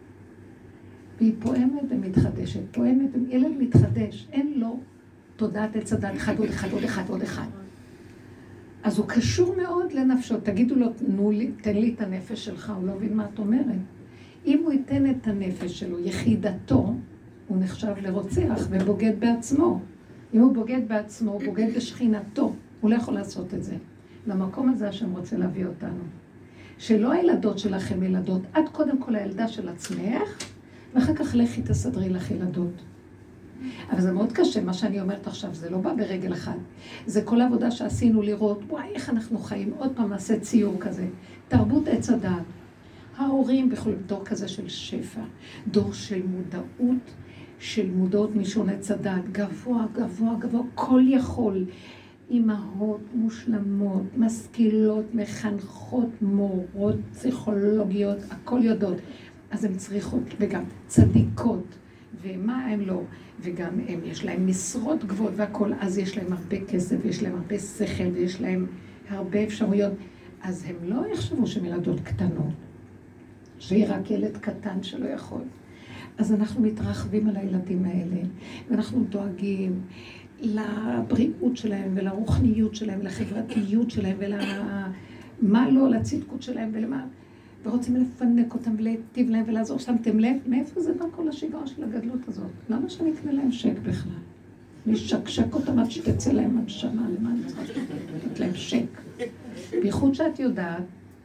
והיא פועמת ומתחדשת. פועמת, ילד מתחדש, אין לו תודעת עץ הדת, אחד עוד אחד, עוד אחד, עוד אחד. אז הוא קשור מאוד לנפשו. תגידו לו, תנו לי, תן לי את הנפש שלך, הוא לא מבין מה את אומרת. אם הוא ייתן את הנפש שלו, יחידתו, הוא נחשב לרוצח ובוגד בעצמו. אם הוא בוגד בעצמו, הוא בוגד בשכינתו, הוא לא יכול לעשות את זה. למקום הזה השם רוצה להביא אותנו. שלא הילדות שלכם ילדות, את קודם כל הילדה של עצמך, ואחר כך לכי תסדרי לך ילדות. אבל זה מאוד קשה, מה שאני אומרת עכשיו, זה לא בא ברגל אחד. זה כל העבודה שעשינו לראות, וואי, איך אנחנו חיים, עוד פעם נעשה ציור כזה. תרבות עץ הדעת. ההורים בכל דור כזה של שפע, דור של מודעות, של מודעות משון עץ הדעת, גבוה, גבוה, גבוה, כל יכול. אימהות מושלמות, משכילות, מחנכות, מורות, פסיכולוגיות, הכל יודעות. אז הן צריכות, וגם צדיקות, ומה הם לא, וגם הם, יש להם משרות גבוהות והכל, אז יש להם הרבה כסף, ויש להם הרבה שכל, ויש להם הרבה אפשרויות. אז הם לא יחשבו שהם ילדות קטנות, שהיא רק ילד קטן שלא יכול. אז אנחנו מתרחבים על הילדים האלה, ואנחנו דואגים לבריאות שלהם, ולרוחניות שלהם, ולחברתיות שלהם, ולמה לא, לצדקות שלהם, ולמה... ורוצים לפנק אותם ולהיטיב להם ולעזור. שמתם לב, מאיפה זה בא כל השיגעון של הגדלות הזאת? למה שאני אקנה להם שק בכלל? נשקשק אותם עד שתצא להם הנשמה, למה אני צריכה לתת להם שק? בייחוד שאת יודעת,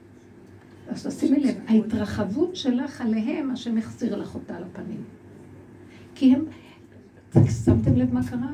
אז תשימי לב, ההתרחבות שלך עליהם, השם החזיר לך אותה על הפנים. כי הם, שמתם לב מה קרה?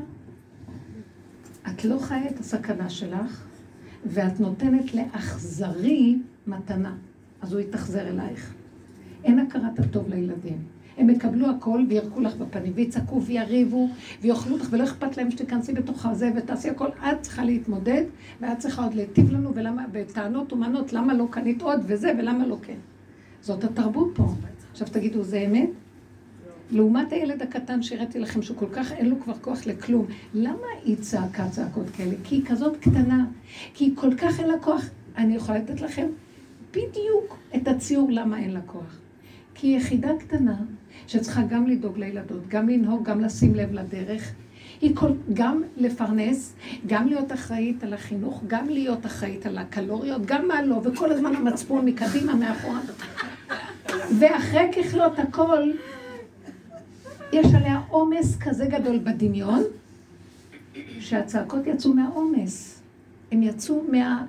את לא חיה את הסכנה שלך, ואת נותנת לאכזרי מתנה. אז הוא יתחזר אלייך. אין הכרת הטוב לילדים. הם יקבלו הכל וירקו לך בפנים, ויצעקו ויריבו, ויאכלו לך, ולא אכפת להם שתיכנסי בתוך הזה, ותעשי הכל. את צריכה להתמודד, ואת צריכה עוד להיטיב לנו, ולמה, בטענות ומנות, למה לא קנית עוד וזה, ולמה לא כן. זאת התרבות פה. עכשיו תגידו, זה אמת? לעומת הילד הקטן שהראיתי לכם, שהוא כל כך אין לו כבר כוח לכלום. למה היא צעקה צעקות כאלה? כי היא כזאת קטנה, כי היא כל כך אין לה כוח. אני יכולה לתת לכם בדיוק את הציור למה אין לה כוח. כי היא יחידה קטנה שצריכה גם לדאוג לילדות, גם לנהוג, גם לשים לב לדרך. היא כל, גם לפרנס, גם להיות אחראית על החינוך, גם להיות אחראית על הקלוריות, גם מה לא, וכל הזמן המצפון מקדימה, מאחורה. ואחרי ככלות הכל, יש עליה עומס כזה גדול בדמיון, שהצעקות יצאו מהעומס. הם יצאו מה...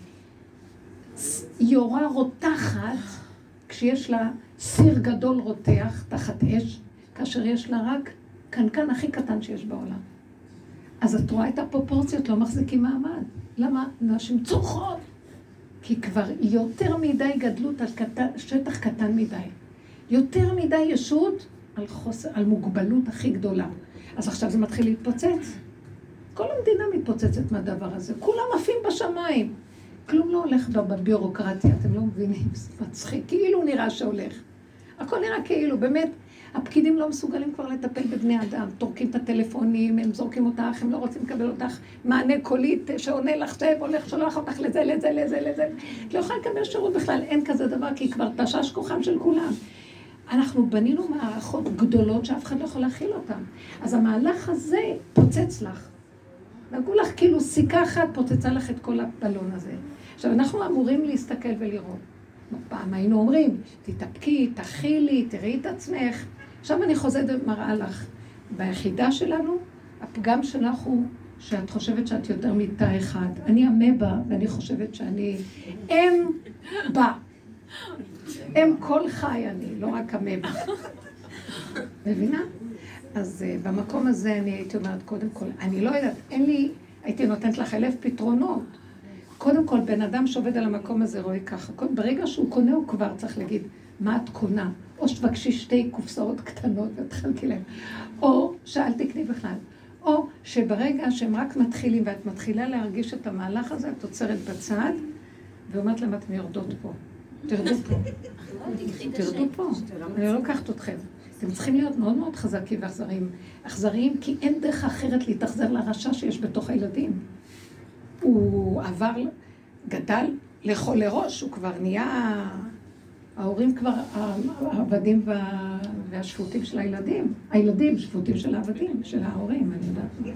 יורה רותחת, כשיש לה סיר גדול רותח תחת אש, כאשר יש לה רק קנקן הכי קטן שיש בעולם. אז את רואה את הפרופורציות, לא מחזיקים מעמד. למה? נשים צורכות. כי כבר יותר מדי גדלות על קטן, שטח קטן מדי. יותר מדי ישות על, חוסר, על מוגבלות הכי גדולה. אז עכשיו זה מתחיל להתפוצץ. כל המדינה מתפוצצת מהדבר הזה. כולם עפים בשמיים. כלום לא הולך בביורוקרטיה, אתם לא מבינים, זה מצחיק, כאילו נראה שהולך. הכל נראה כאילו, באמת, הפקידים לא מסוגלים כבר לטפל בבני אדם, תורקים את הטלפונים, הם זורקים אותך, הם לא רוצים לקבל אותך, מענה קולית שעונה לך, שב, הולך, שולח אותך לזה, לזה, לזה, לזה. את לא יכולה לקבל שירות בכלל, אין כזה דבר, כי כבר תשש כוחם של כולם. אנחנו בנינו מערכות גדולות שאף אחד לא יכול להכיל אותן. אז המהלך הזה פוצץ לך. נגעו לך כאילו סיכה אחת, פוצצה לך את כל הבלון הזה. עכשיו, אנחנו אמורים להסתכל ולראות. פעם היינו אומרים, תתאפקי, תכילי, תראי את עצמך. עכשיו אני חוזרת ומראה לך. ביחידה שלנו, הפגם שלך הוא שאת חושבת שאת יותר מתא אחד. אני אמבה, ואני חושבת שאני אם בה. אם כל חי אני, לא רק אמבה. מבינה? אז uh, במקום הזה אני הייתי אומרת, קודם כל, אני לא יודעת, אין לי, הייתי נותנת לך אלף פתרונות. קודם כל, בן אדם שעובד על המקום הזה רואה ככה. ברגע שהוא קונה, הוא כבר צריך להגיד, מה את קונה? או שתבקשי שתי קופסאות קטנות ותחלקי להם. או שאל תקני בכלל. או שברגע שהם רק מתחילים, ואת מתחילה להרגיש את המהלך הזה, את עוצרת בצד, ואומרת להם, אתם יורדות פה. תרדו פה. תרדו פה. אני לא לוקחת אתכם. אתם צריכים להיות מאוד מאוד חזקים ואכזריים. אכזריים כי אין דרך אחרת להתאכזר לרשע שיש בתוך הילדים. הוא עבר, גדל לאכול לראש, הוא כבר נהיה... ההורים כבר העבדים והשפוטים של הילדים. הילדים שפוטים של העבדים, של ההורים, אני יודעת.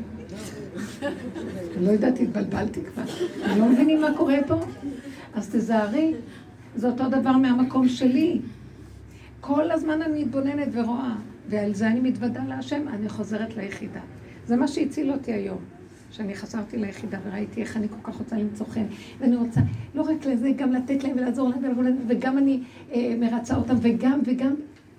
אני לא יודעת, התבלבלתי כבר. אני לא מבינים מה קורה פה. אז תזהרי, זה אותו דבר מהמקום שלי. כל הזמן אני מתבוננת ורואה, ועל זה אני מתוודה להשם, אני חוזרת ליחידה. זה מה שהציל אותי היום, שאני חזרתי ליחידה וראיתי איך אני כל כך רוצה למצוא חן, ואני רוצה לא רק לזה, גם לתת להם ולעזור להם, וגם אני אה, מרצה אותם, וגם וגם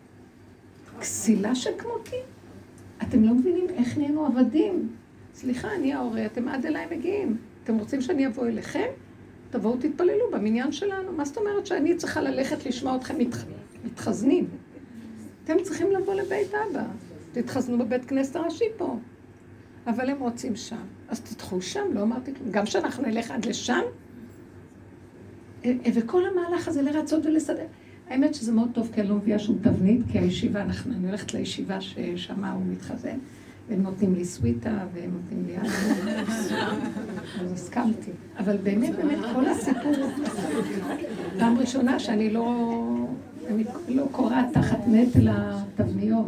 כסילה שכמותי. אתם לא מבינים איך נהיינו עבדים. סליחה, אני ההורי, אתם עד אליי מגיעים. אתם רוצים שאני אבוא אליכם? תבואו תתפללו במניין שלנו. מה זאת אומרת שאני צריכה ללכת לשמוע אתכם מתח... מתחזנים? אתם צריכים לבוא לבית אבא. תתחזנו בבית כנסת הראשי פה. אבל הם רוצים שם. אז תדחו שם, לא אמרתי כלום. גם שאנחנו נלך עד לשם, וכל המהלך הזה לרצות ולסדר. האמת שזה מאוד טוב, כי אני לא מביאה שום תבנית, כי הישיבה, אנחנו, אני הולכת לישיבה ששמה הוא מתחזן, והם נותנים לי סוויטה, והם נותנים לי אלו. אז הסכמתי. אבל באמת, באמת, כל הסיפור, פעם ראשונה שאני לא, אני לא קוראת תחת נטל התבניות.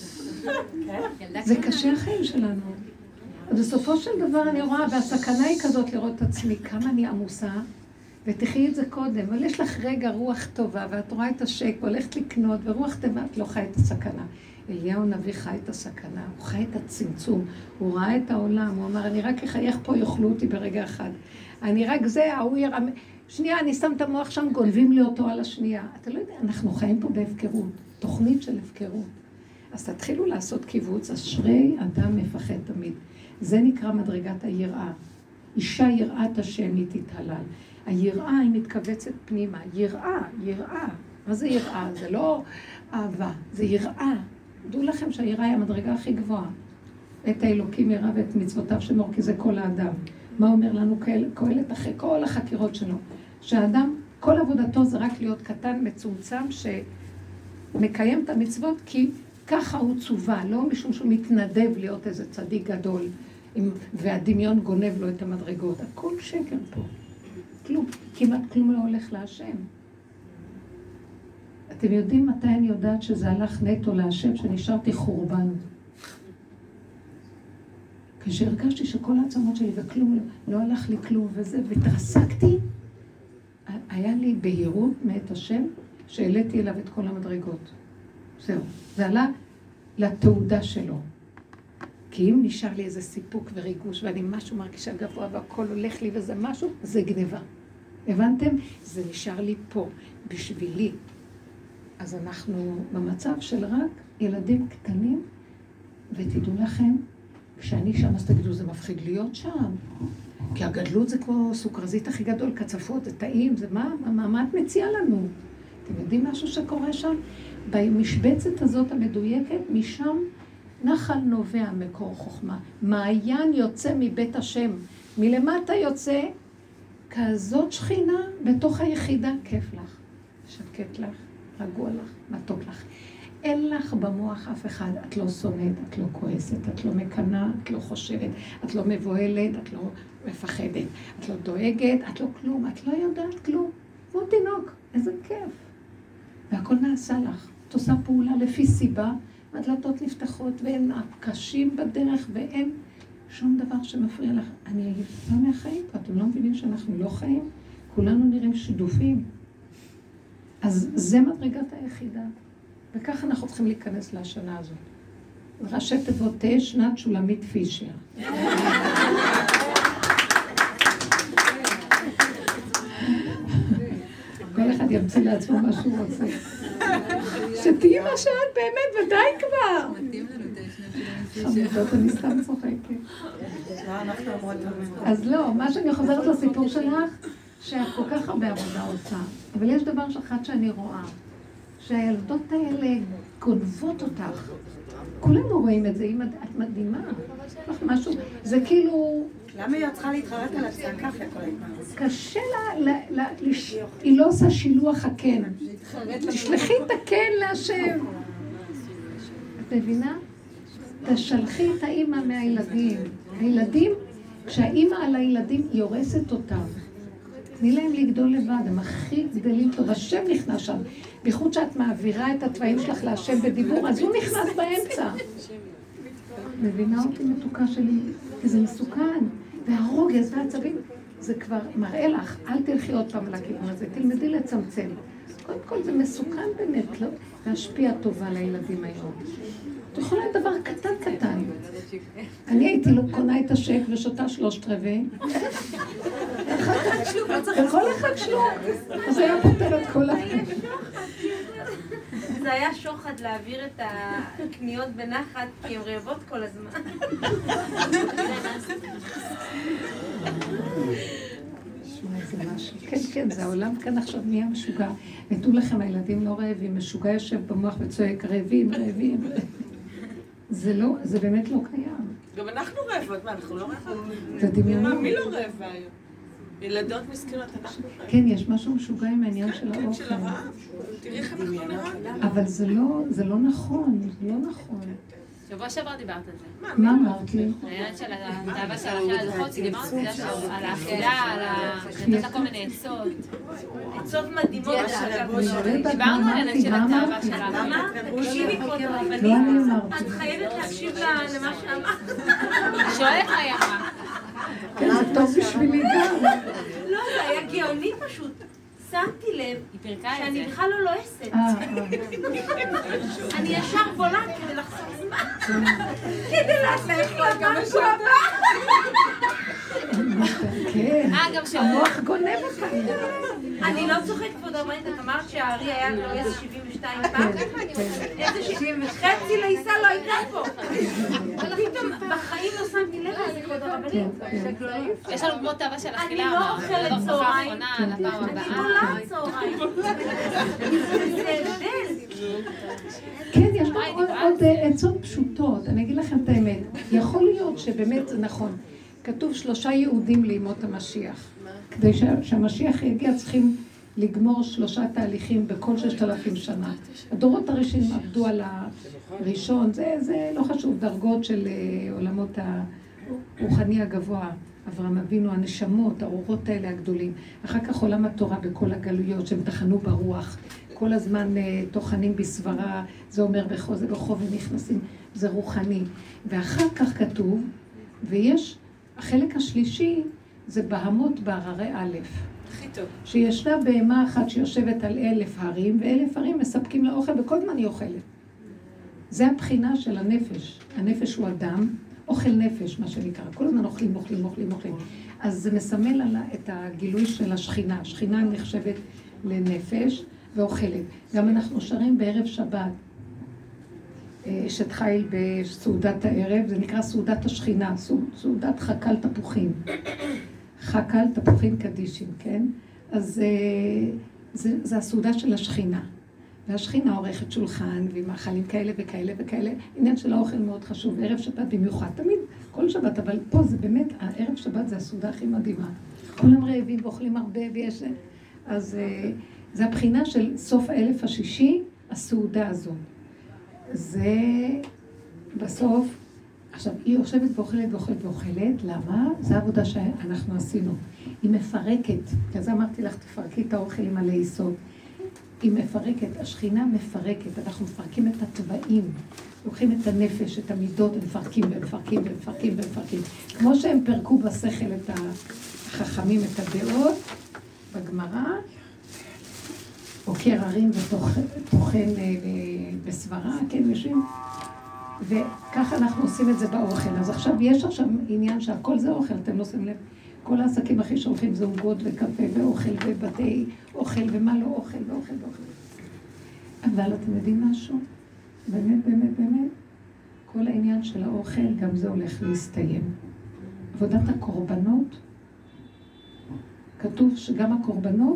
זה קשה החיים שלנו. אז בסופו של דבר אני רואה, והסכנה היא כזאת לראות את עצמי, כמה אני עמוסה, ותחי את זה קודם, אבל יש לך רגע רוח טובה, ואת רואה את השק, והולכת לקנות, ורוח טובה, את לא חי את הסכנה. אליהו נביא חי את הסכנה, הוא חי את הצמצום, הוא ראה את העולם, הוא אמר, אני רק אחייך פה, יאכלו אותי ברגע אחד. אני רק זה, ההוא ירם... שנייה, אני שם את המוח שם, גונבים לי אותו על השנייה. אתה לא יודע, אנחנו חיים פה בהפקרות, תוכנית של הפקרות. אז תתחילו לעשות קיבוץ, אשרי אדם מפחד תמיד. זה נקרא מדרגת היראה. אישה יראת השם היא תתהלל. היראה היא מתכווצת פנימה. יראה, יראה. מה זה יראה? זה לא אהבה, זה יראה. דעו לכם שהיראה היא המדרגה הכי גבוהה. את האלוקים יראה ואת מצוותיו שמור, כי זה כל האדם. מה אומר לנו קהלת אחרי כל החקירות שלו? שהאדם, כל עבודתו זה רק להיות קטן, מצומצם, שמקיים את המצוות, כי ככה הוא צובה, לא משום שהוא מתנדב להיות איזה צדיק גדול, והדמיון גונב לו את המדרגות. הכל שקר פה. כלום, כמעט כלום לא הולך להשם. אתם יודעים מתי אני יודעת שזה הלך נטו להשם, שנשארתי חורבן. כשהרגשתי שכל העצמות שלי וכלום, לא הלך לי כלום וזה, והתרסקתי, היה לי בהירות מאת השם, שהעליתי אליו את כל המדרגות. זהו, זה עלה לתעודה שלו. כי אם נשאר לי איזה סיפוק וריגוש, ואני משהו מרגישה גבוה והכל הולך לי וזה משהו, זה גניבה. הבנתם? זה נשאר לי פה, בשבילי. אז אנחנו במצב של רק ילדים קטנים, ותדעו לכם, כשאני שם אז תגידו, זה מפחיד להיות שם. כי הגדלות זה כמו סוכרזית הכי גדול, קצפות, זה טעים, זה מה? מה, מה את מציעה לנו? אתם יודעים משהו שקורה שם? במשבצת הזאת המדויקת, משם נחל נובע מקור חוכמה. מעיין יוצא מבית השם. מלמטה יוצא כזאת שכינה בתוך היחידה. כיף לך, שקט לך, רגוע לך, מתוק לך. אין לך במוח אף אחד. את לא שונאת, את לא כועסת, את לא מקנה, את לא חושבת, את לא מבוהלת, את לא מפחדת, את לא דואגת, את לא כלום, את לא יודעת כלום. כמו תינוק, איזה כיף. והכל נעשה לך. את עושה פעולה לפי סיבה, הדלתות נפתחות ואין קשים בדרך ואין שום דבר שמפריע לך. אני אגיד, לא מהחיים פה, אתם לא מבינים שאנחנו לא חיים? כולנו נראים שידופים. אז זה מדרגת היחידה. וככה אנחנו צריכים להיכנס לשנה הזאת. ראשי תיבות תה, שנת שולמית פישר. כל אחד ימציא לעצמו מה שהוא רוצה. שתהי מה שאת באמת, ודי כבר. מתאים לנו תה, שנת שולמית פישר. חמודות, אני סתם צוחקת. אז לא, מה שאני חוזרת לסיפור שלך, שאת כל כך הרבה עבודה עושה. אבל יש דבר אחד שאני רואה. שהילדות האלה גונבות אותך. כולנו רואים את זה, את מדהימה. משהו, זה כאילו... למה היא צריכה להתחרט על הצעקה אחרי כל הזמן? קשה לה, היא לא עושה שילוח הכן. תשלחי את הכן להשם. את מבינה? תשלחי את האמא מהילדים. הילדים, כשהאמא על הילדים היא הורסת אותם. תני להם לגדול לבד, הם הכי גדלים טוב. השם נכנס שם. בייחוד שאת מעבירה את התוואים שלך להשם בדיבור, אז הוא נכנס באמצע. מבינה אותי מתוקה שלי? כי זה מסוכן. והרוגז והעצבים, זה כבר מראה לך, אל תלכי עוד פעם לכיוון הזה, תלמדי לצמצם. קודם כל זה מסוכן באמת, לא להשפיע טובה לילדים היום. את יכולה דבר קטן קטן. אני הייתי לא קונה את השק ושותה שלושת רבעי. וכל אחד שלוק. אז היה פותר את כל החיים. זה היה שוחד להעביר את הקניות בנחת, כי הן רעבות כל הזמן. זה משהו. כן, כן, זה העולם כאן עכשיו נהיה משוגע. ותו לכם, הילדים לא רעבים, משוגע יושב במוח וצועק, רעבים, רעבים. זה לא, זה באמת לא קיים. גם אנחנו רעבות, מה, אנחנו לא רעבות? זה דמיונות. מי לא רעבה היום? ילדות מסכנות, אנחנו רעבות. כן, יש משהו משוגע עם העניין של האוכל. כן, של הרעב. תראי איך אנחנו נראה. אבל זה לא, זה לא נכון, זה לא נכון. שבוע שעבר דיברת על זה. מה אמרת לי? העניין של התאווה של האכילה הדוחות, דיברת על האכילה, על לתת לה כל מיני עצות. עצות מדהימות. דיברנו על העניין של התאווה שלה. למה? תקשיבי קודם, אבל לא אני אמרתי. את חייבת להקשיב למה שאמרת. שואלת מה היא אמרה. כן, זה טוב בשבילי גם. לא, זה היה גאוני פשוט. שמתי לב שאני בכלל לא לועסת. אני ישר בולעת כדי לחסוך זמן. כדי לעשות לה משהו הבא. כן, המוח גונב אותה. אני לא צוחקת כבוד הרבנית, את אמרת שהארי היה לועס שבעים ושתיים פעם? איזה שבעים וחצי לעיסה לא הייתה פה. פתאום בחיים לא שמתי לב לזה כבוד הרבנית. יש לנו כמו תאווה של אכילה. אני לא אוכלת צהריים. אני בולעת צהריים. זה הבדל. כן, יש גם עוד עצות פשוטות. אני אגיד לכם את האמת. יכול להיות שבאמת זה נכון. כתוב שלושה יהודים לימות המשיח. כדי שהמשיח יגיע צריכים לגמור שלושה תהליכים בכל ששת אלפים שנה. הדורות הראשונים עבדו על הראשון, זה, זה לא חשוב, דרגות של עולמות הרוחני הגבוה, אברהם אבינו, הנשמות, האורות האלה הגדולים. אחר כך עולם התורה בכל הגלויות שהם תחנו ברוח, כל הזמן תוכנים בסברה, זה אומר בחוז, בחוב ונכנסים, זה רוחני. ואחר כך כתוב, ויש, החלק השלישי זה בהמות בהררי א', הכי טוב. שישנה בהמה אחת שיושבת על אלף הרים, ואלף הרים מספקים לה אוכל, וכל זמן היא אוכלת. זה הבחינה של הנפש. הנפש הוא אדם, אוכל נפש, מה שנקרא. כל הזמן אוכלים, אוכלים, אוכלים, אוכלים. אז זה מסמל על את הגילוי של השכינה. השכינה נחשבת לנפש ואוכלת. גם אנחנו שרים בערב שבת, אשת חיל בסעודת הערב, זה נקרא סעודת השכינה, סעודת חקל תפוחים. חקל תפוחים קדישים, כן? אז זה, זה הסעודה של השכינה. והשכינה עורכת שולחן ועם מאכלים כאלה וכאלה וכאלה. עניין של האוכל מאוד חשוב, ערב שבת במיוחד, תמיד, כל שבת, אבל פה זה באמת, הערב שבת זה הסעודה הכי מדהימה. כולם רעבים ואוכלים הרבה ויש... אז זה הבחינה של סוף האלף השישי, הסעודה הזו. זה בסוף, עכשיו, היא יושבת ואוכלת ואוכלת ואוכלת, למה? זו העבודה שאנחנו עשינו. היא מפרקת, אז אמרתי לך, תפרקי את האוכל עם הלעיסות. היא מפרקת, השכינה מפרקת, אנחנו מפרקים את הטבעים, לוקחים את הנפש, את המידות, מפרקים ומפרקים ומפרקים ומפרקים. כמו שהם פרקו בשכל את החכמים, את הדעות, בגמרא, או קררים וטוחן בסברה, כן, יושבים. וככה אנחנו עושים את זה באוכל. אז עכשיו יש עכשיו עניין שהכל זה אוכל, אתם לא עושים לב. כל העסקים הכי שולחים זה עוגות וקפה ואוכל ובתי אוכל ומה לא אוכל ואוכל ואוכל. אבל אתם יודעים משהו? באמת, באמת, באמת. כל העניין של האוכל, גם זה הולך להסתיים. עבודת הקורבנות, כתוב שגם הקורבנות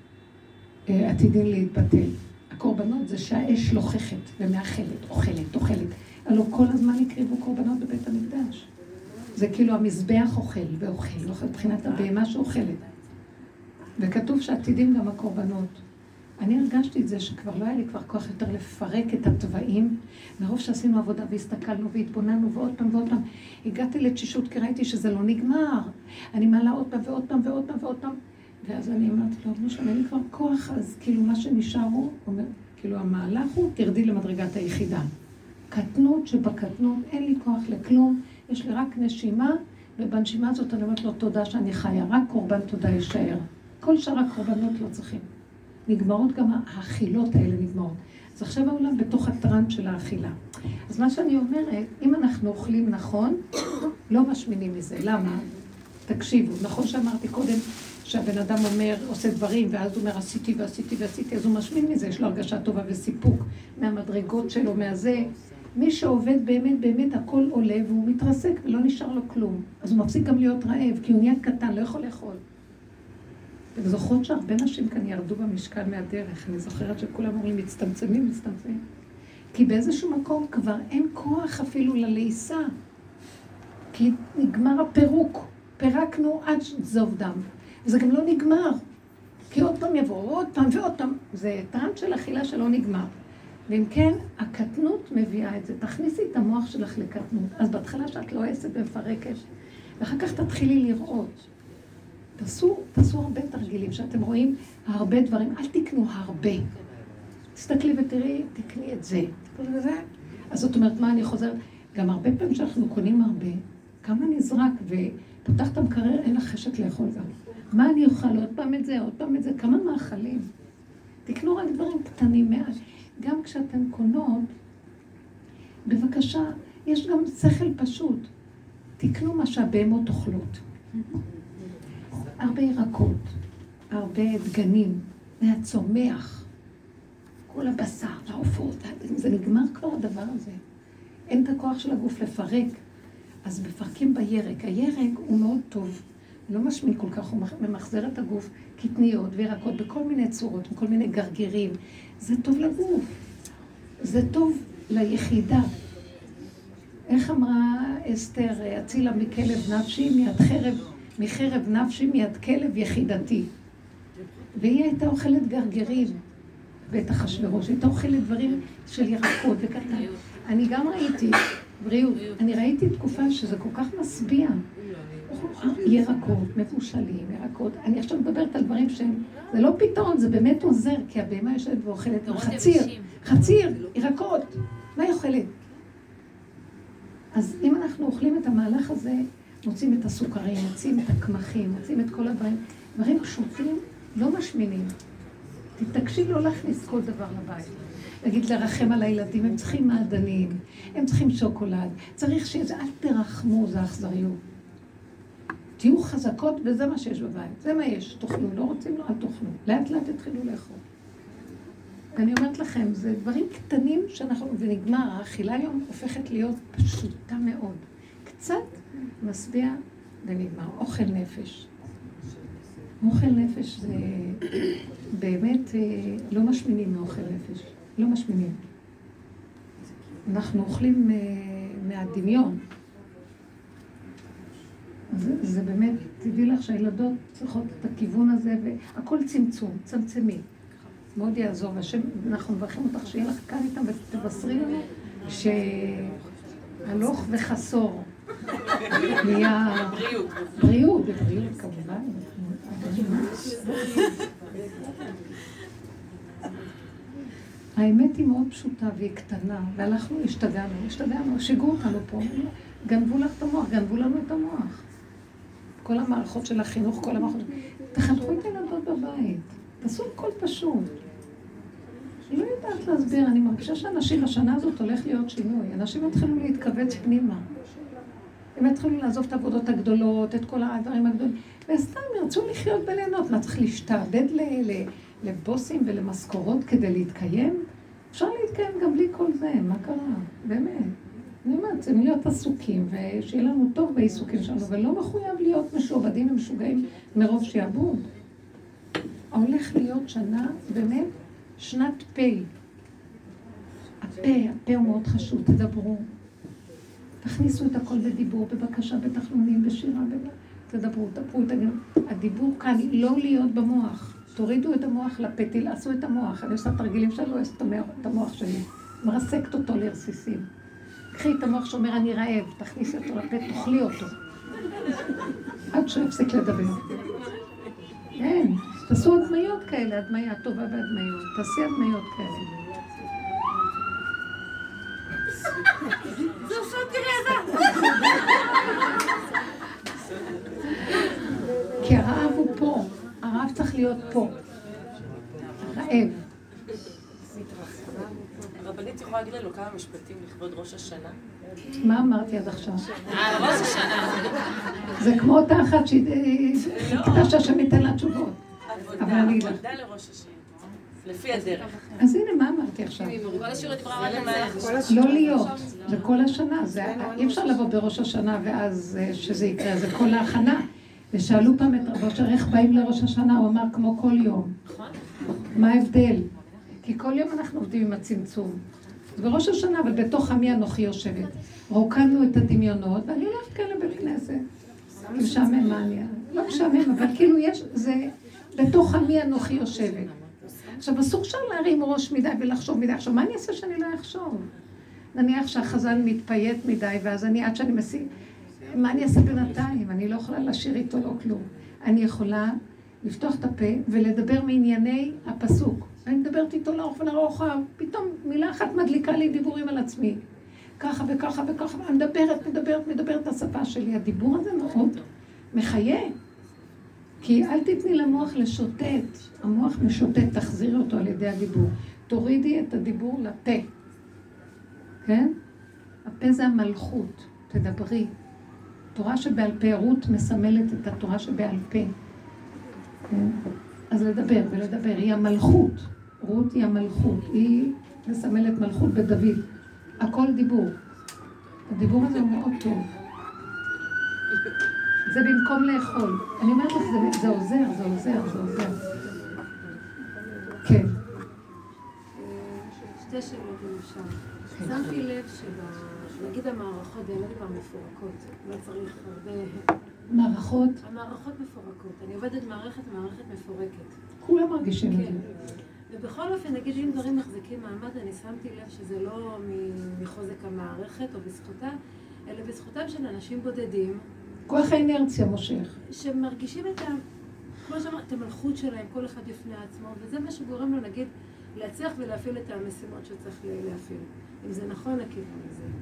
עתידים להתבטל. הקורבנות זה שהאש לוחכת ומאכלת, אוכלת, אוכלת. הלוא כל הזמן הקריבו קורבנות בבית המקדש. זה כאילו המזבח אוכל ואוכל, אוכל מבחינת הבהמה שאוכלת. וכתוב שעתידים גם הקורבנות. אני הרגשתי את זה שכבר לא היה לי כבר כוח יותר לפרק את הטבעים, מרוב שעשינו עבודה והסתכלנו והתבוננו ועוד פעם ועוד פעם. הגעתי לתשישות כי ראיתי שזה לא נגמר. אני מעלה עוד פעם ועוד פעם ועוד פעם ועוד פעם. ואז אני אמרתי לו, לא משנה, אין לי כבר כוח, אז כאילו מה שנשאר הוא, אומר, כאילו המהלך הוא, תרדי למדרגת היחידה. קטנות שבקטנות, אין לי כוח לכלום, יש לי רק נשימה, ובנשימה הזאת אני אומרת לו, תודה שאני חיה, רק קורבן תודה יישאר. כל שאר הקורבנות לא צריכים. נגמרות גם האכילות האלה נגמרות. אז עכשיו העולם בתוך הטרנד של האכילה. אז מה שאני אומרת, אם אנחנו אוכלים נכון, לא משמינים מזה. למה? תקשיבו, נכון שאמרתי קודם, שהבן אדם אומר, עושה דברים, ואז הוא אומר, עשיתי ועשיתי ועשיתי, אז הוא משמין מזה, יש לו הרגשה טובה וסיפוק מהמדרגות שלו, מהזה. מי שעובד באמת, באמת הכל עולה, והוא מתרסק ולא נשאר לו כלום. אז הוא מפסיק גם להיות רעב, כי הוא נהיה קטן, לא יכול לאכול. אתם זוכרות שהרבה נשים כאן ירדו במשקל מהדרך, אני זוכרת שכולם אומרים, מצטמצמים, מצטמצמים. כי באיזשהו מקום כבר אין כוח אפילו ללעיסה. כי נגמר הפירוק, פירקנו עד זוב דם. וזה גם לא נגמר, כי עוד פעם יבוא, עוד פעם ועוד פעם. זה טרנד של אכילה שלא נגמר. ואם כן, הקטנות מביאה את זה. תכניסי את המוח שלך לקטנות. אז בהתחלה שאת לא עסת ומפרקת, ואחר כך תתחילי לראות. תעשו, תעשו הרבה תרגילים, שאתם רואים הרבה דברים. אל תקנו הרבה. תסתכלי ותראי, תקני את זה. תקני את זה. אז זאת אומרת, מה אני חוזרת? גם הרבה פעמים שאנחנו קונים הרבה, כמה נזרק ופותח את המקרר, אין לך חשק לאכול גם. מה אני אוכל? עוד פעם את זה, עוד פעם את זה, כמה מאכלים. תקנו רק דברים קטנים מעט. גם כשאתם קונות, בבקשה, יש גם שכל פשוט. תקנו מה שהבהמות אוכלות. הרבה ירקות, הרבה דגנים, מהצומח, כל הבשר והעופות, זה נגמר כבר הדבר הזה. אין את הכוח של הגוף לפרק, אז מפרקים בירק. הירק הוא מאוד טוב. לא משמין כל כך, הוא ממחזר את הגוף, קטניות וירקות בכל מיני צורות, בכל מיני גרגירים. זה טוב לגוף, זה טוב ליחידה. איך אמרה אסתר, הצילה מכלב נפשי, מיד חרב, מחרב נפשי, מיד כלב יחידתי. והיא הייתה אוכלת גרגירים, ואת אחשוורוש, הייתה אוכלת דברים של ירקות וקטן. אני גם ראיתי, בריאות, אני ראיתי תקופה שזה כל כך משביע. ירקות, מבושלים, ירקות. אני עכשיו מדברת על דברים שהם, זה לא פתרון, זה באמת עוזר, כי הבהמה יושבת ואוכלת חציר, חציר, ירקות. מה היא אוכלת? אז אם אנחנו אוכלים את המהלך הזה, מוצאים את הסוכרים, מוצאים את הקמחים, מוצאים את כל הדברים, דברים פשוטים, לא משמינים. תתקשי לא להכניס כל דבר לבית. להגיד לרחם על הילדים, הם צריכים מעדנים, הם צריכים שוקולד, צריך שזה, אל תרחמו, זה אכזריות. תהיו חזקות וזה מה שיש בבית, זה מה יש, תאכלו, לא רוצים, לא, אל תאכלו. לאט לאט תתחילו לאכול. ואני אומרת לכם, זה דברים קטנים שאנחנו, ונגמר, האכילה היום הופכת להיות פשוטה מאוד. קצת משביע ונגמר, אוכל נפש. אוכל נפש זה באמת לא משמינים מאוכל נפש, לא משמינים. אנחנו אוכלים מהדמיון. זה, זה באמת, תדעי לך שהילדות צריכות את הכיוון הזה, והכל צמצום, צמצמי. מאוד יעזור, והשם, אנחנו מברכים אותך שיהיה לך כאן איתם ותבשרי לנו שהלוך וחסור נהיה בריאות. בריאות, בבריאות כמובן. האמת היא מאוד פשוטה והיא קטנה, והלכנו, השתגענו, השתגענו, שיגעו אותנו פה, גנבו לך את המוח, גנבו לנו את המוח. כל המערכות של החינוך, כל המערכות, תחנכו את הילדות בבית, תעשו הכל פשוט. אני לא יודעת להסביר, אני מרגישה שאנשים, השנה הזאת הולך להיות שינוי, אנשים התחילו להתכווץ פנימה. הם התחילו לעזוב את העבודות הגדולות, את כל הדברים הגדולים, וסתם ירצו לחיות בליהנות, מה צריך להשתעבד לבוסים ולמשכורות כדי להתקיים? אפשר להתקיים גם בלי כל זה, מה קרה? באמת. אני אומרת, צריכים להיות עסוקים, ושיהיה לנו טוב בעיסוקים שלנו, ולא מחויב להיות משועבדים ומשוגעים מרוב שיעבוד. הולך להיות שנה, באמת, שנת פה. הפה, הפה הוא מאוד חשוב, תדברו. תכניסו את הכל בדיבור, בבקשה, בתחנונים, בשירה, תדברו, תדברו את הגן. הדיבור כאן לא להיות במוח. תורידו את המוח לפה, תלעשו את המוח. אני עושה תרגילים שלא עושה את המוח שלי. מרסקת אותו לרסיסים. קחי את המוח שאומר אני רעב, תכניסי אותו לפה, תאכלי אותו. עד שיפסיק לדבר. כן, תעשו הדמיות כאלה, הדמיה טובה והדמיות. תעשי הדמיות כאלה. זה עושה אותי רעבה. כי הרעב הוא פה, הרעב צריך להיות פה. רעב. הרבנית יכולה להגיד לנו כמה משפטים לכבוד ראש השנה? מה אמרתי עד עכשיו? על ראש השנה. זה כמו אותה אחת שחיכתה שהשם ייתן לה תשובות. אבל אני לא. עבודה לראש השנה. לפי הדרך. אז הנה, מה אמרתי עכשיו? כל השיעור דיברה רק על זה. לא להיות, זה כל השנה. אי אפשר לבוא בראש השנה ואז שזה יקרה, זה כל ההכנה. ושאלו פעם את רבו אשר איך באים לראש השנה, הוא אמר כמו כל יום. מה ההבדל? כי כל יום אנחנו עובדים עם הצמצום. בראש השנה, אבל בתוך עמי אנוכי יושבת. רוקנו את הדמיונות, ואני הולכת כאן לבית כנסת. משעמם מה אני... לא משעמם, אבל כאילו יש... זה בתוך עמי אנוכי יושבת. עכשיו, אסור שם להרים ראש מדי ולחשוב מדי. עכשיו, מה אני אעשה שאני לא אחשוב? נניח שהחזן מתפייט מדי, ואז אני, עד שאני משיג... מה אני אעשה בינתיים? אני לא יכולה לשיר איתו לא כלום. אני יכולה לפתוח את הפה ולדבר מענייני הפסוק. אני מדברת איתו לאורך ולרוחב, פתאום מילה אחת מדליקה לי דיבורים על עצמי. ככה וככה וככה, אני מדברת, מדברת, מדברת את השפה שלי. הדיבור הזה מאוד מחיה. כי אל תתני למוח לשוטט. המוח משוטט, תחזירי אותו על ידי הדיבור. תורידי את הדיבור לפה. כן? הפה זה המלכות. תדברי. תורה שבעל פה, רות מסמלת את התורה שבעל פה. כן? אז לדבר ולדבר, היא המלכות. רות היא המלכות, היא מסמלת מלכות בדוד. הכל דיבור. הדיבור הזה הוא מאוד טוב. זה במקום לאכול. אני אומרת לך, זה, זה עוזר, זה עוזר, זה עוזר. כן. שתי שאלות למשל. שמתי לב שנגיד המערכות האלה כבר מפורקות. לא צריך הרבה... מערכות? המערכות מפורקות. אני עובדת מערכת, מערכת מפורקת. כולם מרגישים את זה. ובכל אופן, נגיד, אם דברים מחזיקים מעמד, אני שמתי לב שזה לא מחוזק המערכת או בזכותה, אלא בזכותם של אנשים בודדים. כוח האינרציה מושך. שמרגישים את ה... כמו שאמרת, את המלכות שלהם, כל אחד יפני עצמו, וזה מה שגורם לו, נגיד, להצליח ולהפעיל את המשימות שצריך להפעיל. אם זה נכון הכיוון הזה.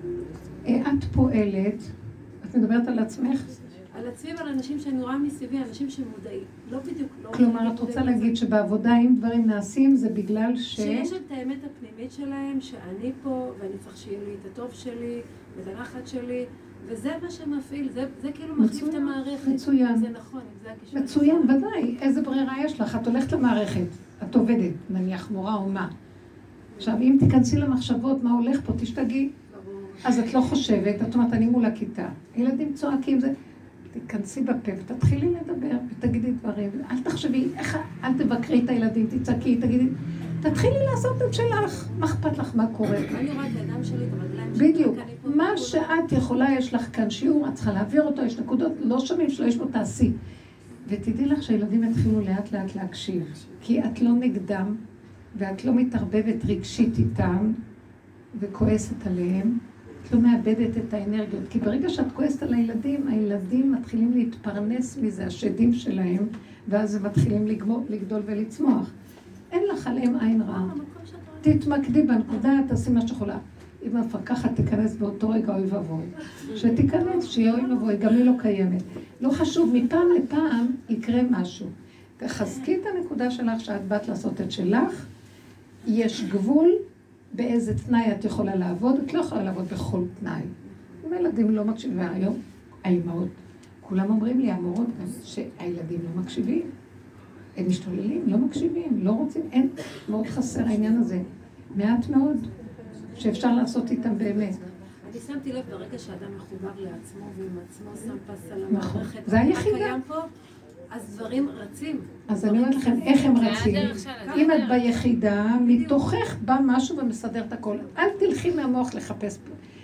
את פועלת, את מדברת על עצמך? על עצמי ועל אנשים שאני רואה מסביבי, אנשים שמודעים. לא בדיוק, לא... כלומר, את רוצה להגיד שבעבודה אם דברים נעשים זה בגלל ש... שיש את האמת הפנימית שלהם, שאני פה, ואני צריך שיהיה לי את הטוב שלי, ואת הנחת שלי, וזה מה שמפעיל, זה, זה כאילו מחליף את המערכת. מצוין. זה נכון, זה הקישור. מצוין, ודאי. איזה ברירה יש לך? את הולכת למערכת, את עובדת, נניח מורה או מה. עכשיו, אם תיכנסי למחשבות, מה הולך פה, תשתגעי. אז את לא חושבת, את אומרת, אני מול הכיתה. ילדים צועקים, זה... תיכנסי בפה ותתחילי לדבר ותגידי דברים. אל תחשבי, איך, אל תבקרי את הילדים, תצעקי, תגידי, תתחילי לעשות את שלך. מה אכפת לך מה קורה? אני רואה את האדם שלי, את הרגליים שלי. בדיוק. מה שאת יכולה, יש לך כאן שיעור, את צריכה להעביר אותו, יש נקודות, לא שומעים שלא, יש בו תעשי. ותדעי לך שהילדים יתחילו לאט לאט להקשיב. כי את לא נגדם, ואת לא מתערבבת רגשית איתם, וכועסת עליהם. את לא מאבדת את האנרגיות, כי ברגע שאת כועסת על הילדים, הילדים מתחילים להתפרנס מזה, השדים שלהם, ואז הם מתחילים לגמור, לגדול ולצמוח. אין לך עליהם עין רעה. תתמקדי בנקודה, תעשי מה שיכולה. אם המפקחת תיכנס באותו רגע אוי ואבוי. שתיכנס, שיהיה אוי ואבוי, גם היא לא קיימת. לא חשוב, מפעם לפעם יקרה משהו. תחזקי את הנקודה שלך שאת באת לעשות את שלך, יש גבול, באיזה תנאי את יכולה לעבוד, את לא יכולה לעבוד בכל תנאי. אם הילדים לא מקשיבים, והיום האימהות, כולם אומרים לי, המורות גם, שהילדים לא מקשיבים, הם משתוללים, לא מקשיבים, לא רוצים, אין, מאוד חסר העניין הזה. מעט מאוד שאפשר לעשות איתם באמת. אני שמתי לב ברגע שאדם מחובר לעצמו ועם עצמו שם פס על המערכת. זה היחידה. אז דברים רצים. אז אני אומרת לכם, איך הם רצים? אם את ביחידה, מתוכך בא משהו ומסדר את הכל. אל תלכי מהמוח לחפש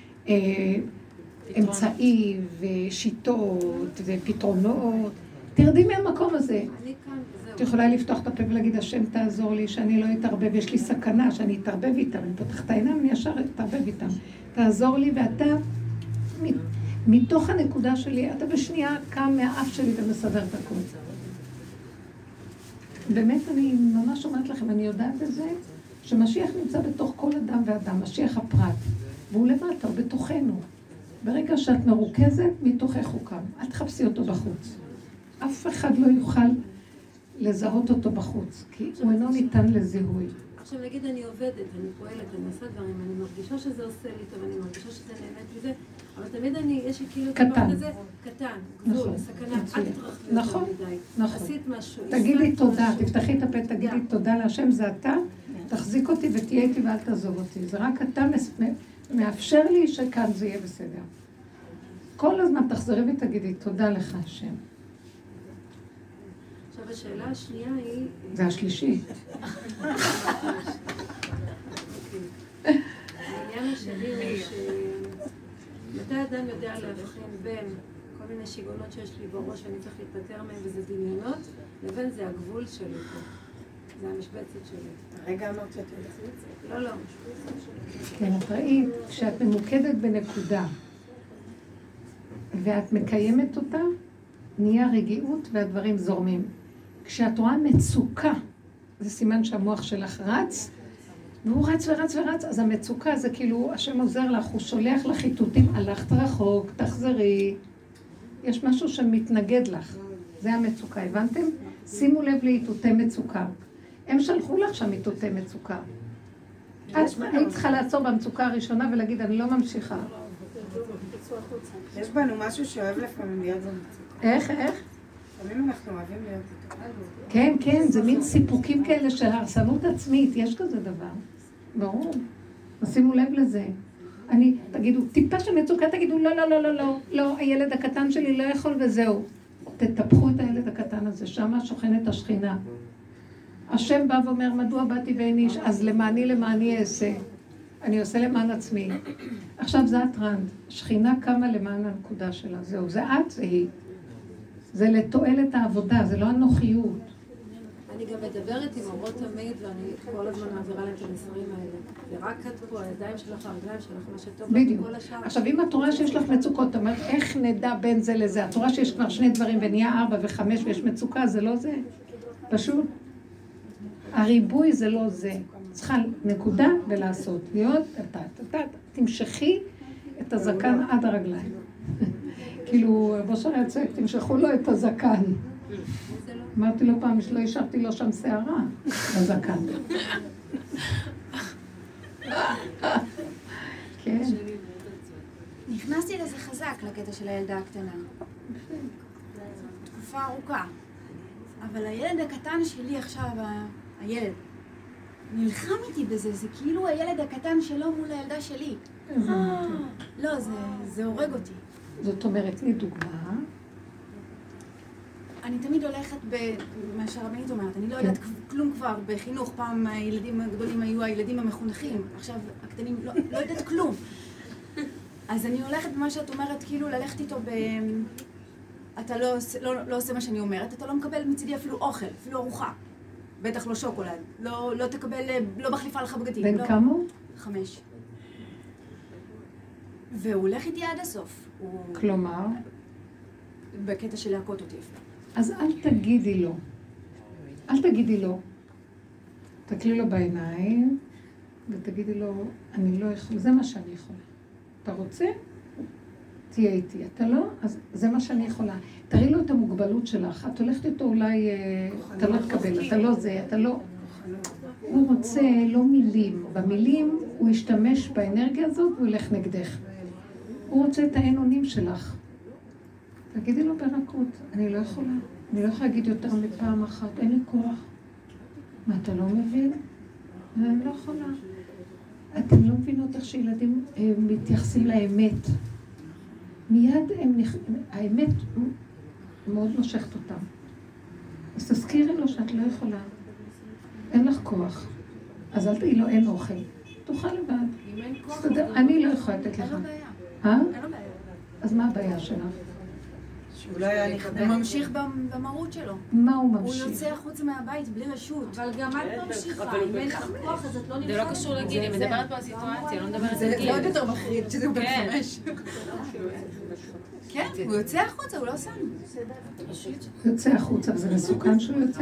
אמצעים ושיטות ופתרונות. תרדי מהמקום הזה. את יכולה לפתוח את הפה ולהגיד, השם תעזור לי, שאני לא אתערבב, יש לי סכנה שאני אתערבב איתם. אני פותח את העיניים, אני ישר אתערבב איתם. תעזור לי ואתה... מתוך הנקודה שלי, אתה בשנייה קם מהאף שלי ומסדר את הכל. באמת, אני ממש אומרת לכם, אני יודעת בזה, שמשיח נמצא בתוך כל אדם ואדם, משיח הפרט, והוא למטה, הוא בתוכנו. ברגע שאת מרוכזת, מתוכך הוא קם. אל תחפשי אותו בחוץ. אף אחד לא יוכל לזהות אותו בחוץ, כי הוא אינו ניתן לזיהוי. עכשיו נגיד אני עובדת, אני פועלת, אני עושה דברים, אני מרגישה שזה עושה לי טוב, אני מרגישה שזה נהנית מזה, אבל תמיד אני, יש לי כאילו קטן. כזה, קטן, גבול, סכנה, אל תתרחבי נכון, יותר מדי. נכון. עשית משהו. תגידי תודה, תפתחי את הפה, תגידי תודה להשם, זה אתה, תחזיק אותי ותהיה איתי ואל תעזוב אותי. זה רק אתה מאפשר לי שכאן זה יהיה בסדר. כל הזמן תחזרי ותגידי תודה לך השם. עכשיו השאלה השנייה היא... זה השלישי. העניין השני הוא ש... מתי אדם יודע להבחין בין כל מיני שיגעונות שיש לי בראש ואני צריך להתפטר מהם וזה דמיונות, לבין זה הגבול שלי פה. זה המשבצת שלי. הרגע אמרת שאת יודעת. לא, לא. כן, את ראית, כשאת ממוקדת בנקודה ואת מקיימת אותה, נהיה רגיעות והדברים זורמים. כשאת רואה מצוקה, זה סימן שהמוח שלך רץ, והוא רץ ורץ ורץ, אז המצוקה זה כאילו, השם עוזר לך, הוא שולח לך חיטוטים, הלכת רחוק, תחזרי. יש משהו שמתנגד לך, זה המצוקה, הבנתם? שימו לב להיטוטי מצוקה. הם שלחו לך שם היטוטי מצוקה. את היית צריכה לעצור במצוקה הראשונה ולהגיד, אני לא ממשיכה. יש בנו משהו שאוהב לפעמים להיות במצוקה. איך, איך? לפעמים אנחנו אוהבים להיות במצוקה. כן, כן, זה מין סיפוקים כאלה של הרסנות עצמית, יש כזה דבר. ברור. שימו לב לזה. אני, תגידו, טיפה של מצוקה, תגידו, לא, לא, לא, לא, לא, לא, הילד הקטן שלי לא יכול וזהו. תטפחו את הילד הקטן הזה, שמה שוכנת השכינה. השם בא ואומר, מדוע באתי ואין איש, אז למעני למעני אעשה. אני עושה למען עצמי. עכשיו זה הטרנד. שכינה קמה למען הנקודה שלה. זהו, זה את, זה היא. זה לתועלת העבודה, זה לא הנוחיות. אני גם מדברת עם אורות תמיד, ואני כל הזמן מעבירה להם את המסרים האלה. ורק את פה, הידיים שלך, הרגליים שלך, מה שטוב לך, כל השאר. עכשיו, אם את רואה שיש לך מצוקות, את אומרת, איך נדע בין זה לזה? את רואה שיש כבר שני דברים ונהיה ארבע וחמש ויש מצוקה, זה לא זה. פשוט. הריבוי זה לא זה. צריכה נקודה ולעשות. להיות, תמשכי את הזקן עד הרגליים. כאילו, בושר היה צועק, תמשכו לו את הזקן. אמרתי לו פעם שלא השארתי לו שם שערה, בזקן. כן. נכנסתי לזה חזק, לקטע של הילדה הקטנה. תקופה ארוכה. אבל הילד הקטן שלי עכשיו, הילד, נלחם איתי בזה, זה כאילו הילד הקטן שלו מול הילדה שלי. לא, זה הורג אותי. זאת אומרת, תני דוגמה. אני תמיד הולכת במה שהרבנית אומרת, אני לא יודעת כלום כבר בחינוך, פעם הילדים הגדולים היו הילדים המחונכים, עכשיו הקטנים לא יודעת כלום. אז אני הולכת במה שאת אומרת, כאילו ללכת איתו ב... אתה לא עושה מה שאני אומרת, אתה לא מקבל מצידי אפילו אוכל, אפילו ארוחה. בטח לא שוקולד, לא תקבל, לא מחליפה לך בגדים. בן כמה? חמש. והוא הולך איתי עד הסוף. כלומר? בקטע של להכות אותי. אז אל תגידי לו. אל תגידי לו. תקלי לו בעיניים, ותגידי לו, אני לא יכול, זה מה שאני יכולה. אתה רוצה? תהיה איתי. אתה לא? אז זה מה שאני יכולה. תראי לו את המוגבלות שלך. את הולכת איתו אולי, אתה לא תקבל, אתה לא זה, אתה לא... הוא רוצה לא מילים. במילים הוא ישתמש באנרגיה הזאת, הוא ילך נגדך. הוא רוצה את העינונים שלך. תגידי לו ברכות, אני לא יכולה. אני לא יכולה להגיד יותר מפעם אחת, אין לי כוח. מה, אתה לא מבין? אני לא יכולה. אתם לא מבינות איך שילדים מתייחסים לאמת. מיד הם נכ... האמת מאוד נושכת אותם. אז תזכירי לו שאת לא יכולה. אין לך כוח. אז אל תהי לו, אין אוכל. תאכל לבד. אם אין כוח... אני לא יכולה לתת לך. אין לו בעיה. אה? אין לו בעיה. אז מה הבעיה שלך? שהוא לא היה נכנס. הוא ממשיך במהות שלו. מה הוא ממשיך? הוא יוצא החוצה מהבית בלי רשות. אבל גם את ממשיכה, אם אין לך כוח אז את לא נלחמת. זה לא קשור לגיל, היא מדברת פה על סיטואציה, לא מדברת על גיל. זה עוד יותר מחריד שזה בן חמש. כן, הוא יוצא החוצה, הוא לא שם. הוא יוצא החוצה, וזה מסוכן שהוא יוצא?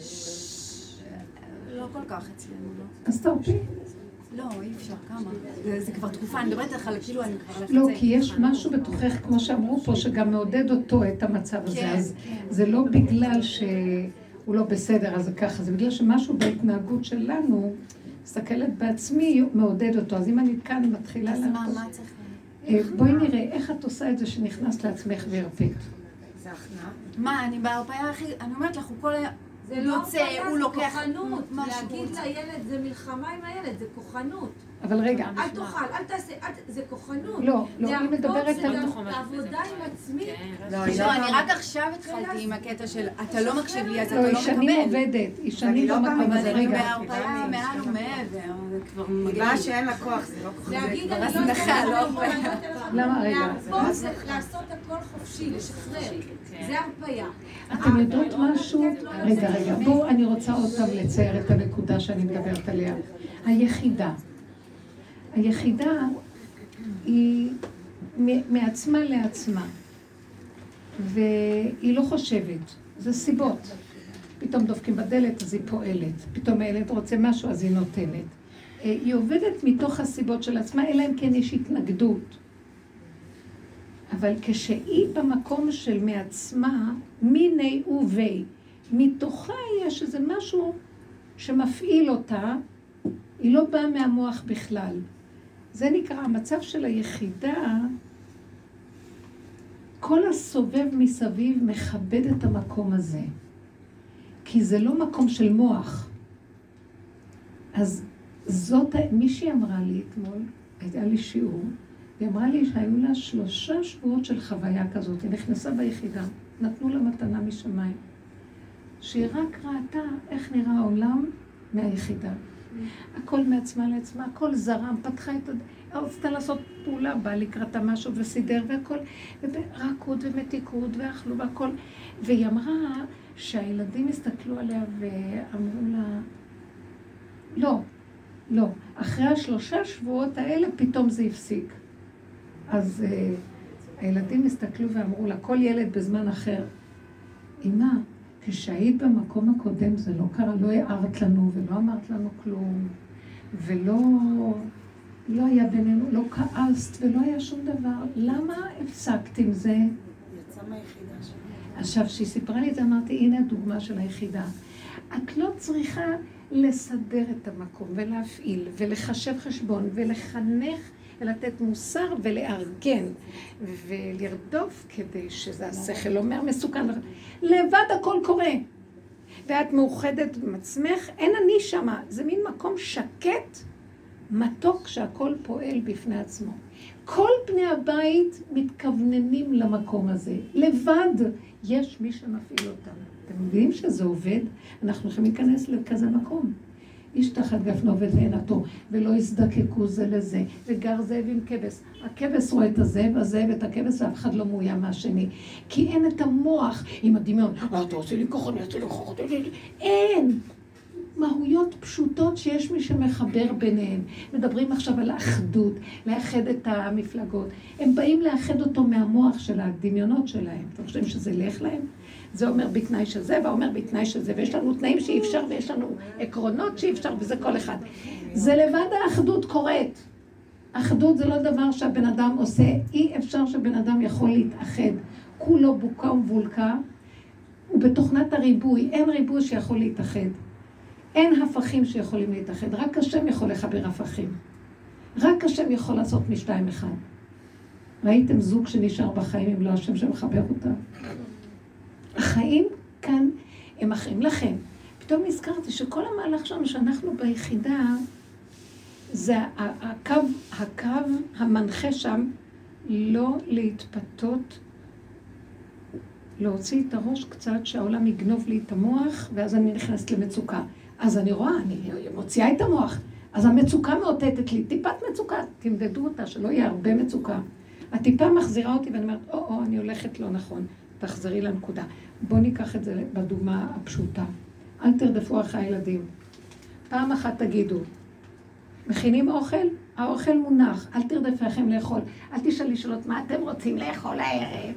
לא כל כך אצלנו, לא. אז תרפי. לא, אי אפשר, כמה. זה כבר תקופה, אני מדברת לך, כאילו אני כבר הולכת... לא, כי יש משהו בתוכך, כמו שאמרו פה, שגם מעודד אותו את המצב הזה. אז זה לא בגלל שהוא לא בסדר, אז זה ככה, זה בגלל שמשהו בהתנהגות שלנו, מסתכלת בעצמי, מעודד אותו. אז אם אני כאן מתחילה... אז מה, מה צריך? בואי נראה, איך את עושה את זה שנכנסת לעצמך והרפית? זה הכנעה. מה, אני בהרפאיה הכי... אני אומרת לך, הוא כל ה... זה לא יוצא, הרפאיה, הוא זה לוקח כוחנות. מה שהוא להגיד רוצה. לילד, זה מלחמה עם הילד, זה כוחנות. אבל רגע, אל תאכל, אל תעשה, אל- זה כוחנות. לא, לא, אני מדברת זה על... גם חומר. עבודה עם עצמי. לא, היא לא, לא אני פעם- רק עכשיו התחלתי עם הקטע של אתה לא מקשיב לי, אז לא, אתה היא לא שנים מקבל. עובדת, היא שנים אני לא במקום פעם הזה, אבל אני רגע. בהרפאיה מעל ומעבר, זה כבר היא מגעיל. באה שאין לה כוח, זה לא כוח. להגיד, כבר אני לא הזנחה, לא הרפאיה. למה? רגע. להרפות זה לעשות הכל חופשי, לשחרר. זה הרפאיה. אתם יודעות משהו? רגע, רגע, בואו, אני רוצה עוד פעם לצייר את הנקודה שאני מדברת עליה. היחידה. היחידה היא מעצמה לעצמה, והיא לא חושבת, זה סיבות. פתאום דופקים בדלת, אז היא פועלת. פתאום הילד רוצה משהו, אז היא נותנת. היא עובדת מתוך הסיבות של עצמה, אלא אם כן יש התנגדות. אבל כשהיא במקום של מעצמה, מיני ובי, מתוכה יש איזה משהו שמפעיל אותה, היא לא באה מהמוח בכלל. זה נקרא, המצב של היחידה, כל הסובב מסביב מכבד את המקום הזה. כי זה לא מקום של מוח. אז זאת, מישהי אמרה לי אתמול, הייתה לי שיעור, היא אמרה לי שהיו לה שלושה שבועות של חוויה כזאת, היא נכנסה ביחידה, נתנו לה מתנה משמיים, שהיא רק ראתה איך נראה העולם מהיחידה. הכל מעצמה לעצמה, הכל זרם, פתחה את... רצתה לעשות פעולה, באה לקראתה משהו וסידר והכל, ורקות ומתיקות ואכלו והכל. והיא אמרה שהילדים הסתכלו עליה ואמרו לה, לא, לא, אחרי השלושה שבועות האלה פתאום זה הפסיק. אז uh, הילדים הסתכלו ואמרו לה, כל ילד בזמן אחר, אמא, כשהיית במקום הקודם זה לא קרה, לא הערת לנו ולא אמרת לנו כלום, ולא לא היה בינינו, לא כעסת ולא היה שום דבר. למה הפסקת עם זה? יצא מהיחידה שלי. עכשיו, כשהיא סיפרה לי את זה, אמרתי, הנה הדוגמה של היחידה. את לא צריכה לסדר את המקום ולהפעיל ולחשב חשבון ולחנך ולתת מוסר ולארגן ולרדוף כדי שזה השכל אומר מסוכן. לבד הכל קורה. ואת מאוחדת עם עצמך, אין אני שמה. זה מין מקום שקט, מתוק שהכל פועל בפני עצמו. כל בני הבית מתכווננים למקום הזה. לבד יש מי שמפעיל אותם. אתם יודעים שזה עובד? אנחנו יכולים להיכנס לכזה מקום. איש תחת גפנו עובד לעינתו, ולא יזדקקו זה לזה, וגר זאב עם כבש. הכבש רואה את הזאב, הזאב את הכבש, ואף אחד לא מאוים מהשני. כי אין את המוח עם הדמיון. אה, אתה עושה לי ככה, אני אעשה לי ככה. אין! מהויות פשוטות שיש מי שמחבר ביניהן. מדברים עכשיו על האחדות, לאחד את המפלגות. הם באים לאחד אותו מהמוח של הדמיונות שלהם. אתם חושבים שזה לך להם? זה אומר בתנאי שזה, ואומר בתנאי שזה, ויש לנו תנאים שאי אפשר, ויש לנו עקרונות שאי אפשר, וזה כל אחד. זה לבד האחדות קורית. אחדות זה לא דבר שהבן אדם עושה, אי אפשר שבן אדם יכול להתאחד. כולו בוקה ומבולקה, ובתוכנת הריבוי, אין ריבוי שיכול להתאחד. אין הפכים שיכולים להתאחד, רק השם יכול לחבר הפכים. רק השם יכול לעשות משתיים אחד. ראיתם זוג שנשאר בחיים אם לא השם שמחבר אותה? החיים כאן הם אחרים. לכן, פתאום נזכרתי שכל המהלך שלנו שאנחנו ביחידה, זה הקו, הקו המנחה שם לא להתפתות, להוציא את הראש קצת שהעולם יגנוב לי את המוח, ואז אני נכנסת למצוקה. אז אני רואה, אני מוציאה את המוח. אז המצוקה מאותתת לי, טיפת מצוקה, תמדדו אותה, שלא יהיה הרבה מצוקה. הטיפה מחזירה אותי ואני אומרת, או, או, אני הולכת לא נכון, תחזרי לנקודה. בואו ניקח את זה בדוגמה הפשוטה. אל תרדפו אחרי הילדים. פעם אחת תגידו, מכינים אוכל? האוכל מונח, אל תרדפו לכם לאכול. אל תשאלי שאלות, מה אתם רוצים לאכול הערב?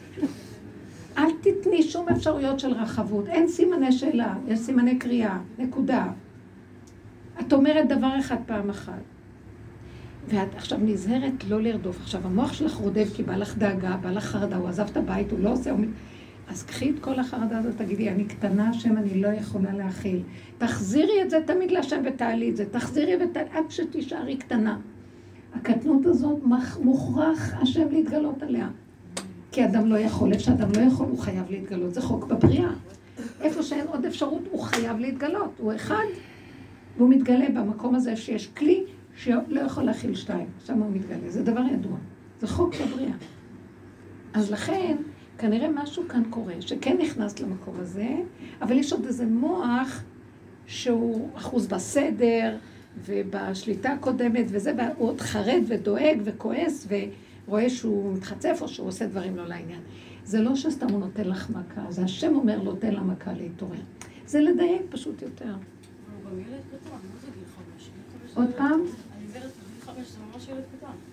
אל תתני שום אפשרויות של רחבות, אין סימני שאלה, יש סימני קריאה, נקודה. את אומרת דבר אחד פעם אחת, ואת עכשיו נזהרת לא לרדוף. עכשיו המוח שלך רודף כי בא לך דאגה, בא לך חרדה, הוא עזב את הבית, הוא לא עושה, הוא... אז קחי את כל החרדה הזאת, תגידי, אני קטנה, השם, אני לא יכולה להכיל. תחזירי את זה תמיד להשם ותעלי את זה, תחזירי ותעלי, עד שתישארי קטנה. הקטנות הזאת מוכרח השם להתגלות עליה. כי אדם לא יכול, איפה שאדם לא יכול, הוא חייב להתגלות. זה חוק בבריאה. איפה שאין עוד אפשרות, הוא חייב להתגלות. הוא אחד, והוא מתגלה במקום הזה שיש כלי שלא יכול להכיל שתיים. שם הוא מתגלה. זה דבר ידוע. זה חוק בבריאה. אז לכן, כנראה משהו כאן קורה, שכן נכנס למקום הזה, אבל יש עוד איזה מוח שהוא אחוז בסדר, ובשליטה הקודמת, וזה, הוא עוד חרד ודואג וכועס, ורואה שהוא מתחצף או שהוא עושה דברים לא לעניין. זה לא שסתם הוא נותן לך מכה, זה השם אומר לו, תן לה מכה להתעורר. זה לדייק פשוט יותר. עוד פעם? אני עיוורת בגיל חמש, זה ממש ילד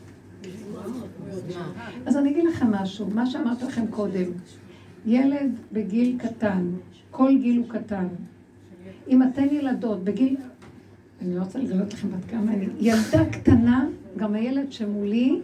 קטן. אז אני אגיד לכם משהו, מה שאמרתי לכם קודם. ילד בגיל קטן, כל גיל הוא קטן. אם אתן ילדות בגיל... אני לא רוצה לגלות לכם בת כמה אני... ילדה קטנה, גם הילד שמולי,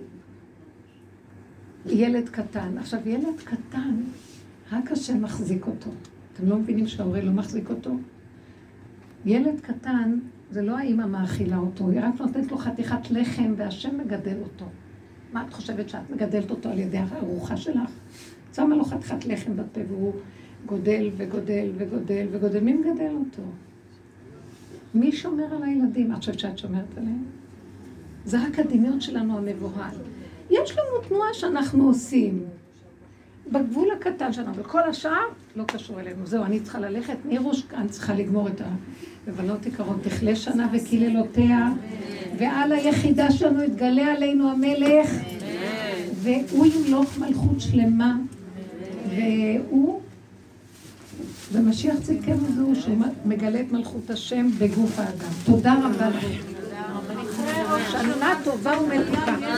ילד קטן. עכשיו, ילד קטן, רק השם מחזיק אותו. אתם לא מבינים שההורה לא מחזיק אותו? ילד קטן, זה לא האמא מאכילה אותו, היא רק נותנת לו חתיכת לחם והשם מגדל אותו. מה את חושבת שאת מגדלת אותו על ידי הארוחה שלך? שמה לו חתיכת לחם בפה והוא גודל וגודל וגודל וגודל. מי מגדל אותו? מי שומר על הילדים? את חושבת שאת שומרת עליהם? זה רק הדמיון שלנו המבוהל. יש לנו תנועה שאנחנו עושים בגבול הקטן שלנו, וכל השאר לא קשור אלינו. זהו, אני צריכה ללכת, נירוש, אני צריכה לגמור את הבנות יקרות, תכלה שנה וקללותיה, ועל היחידה שלנו יתגלה עלינו המלך, והוא ימלוך מלכות שלמה, והוא, במשיח צדקנו זהו, שמגלה את מלכות השם בגוף האדם. תודה רבה לכם. שנה טובה ומתוקה.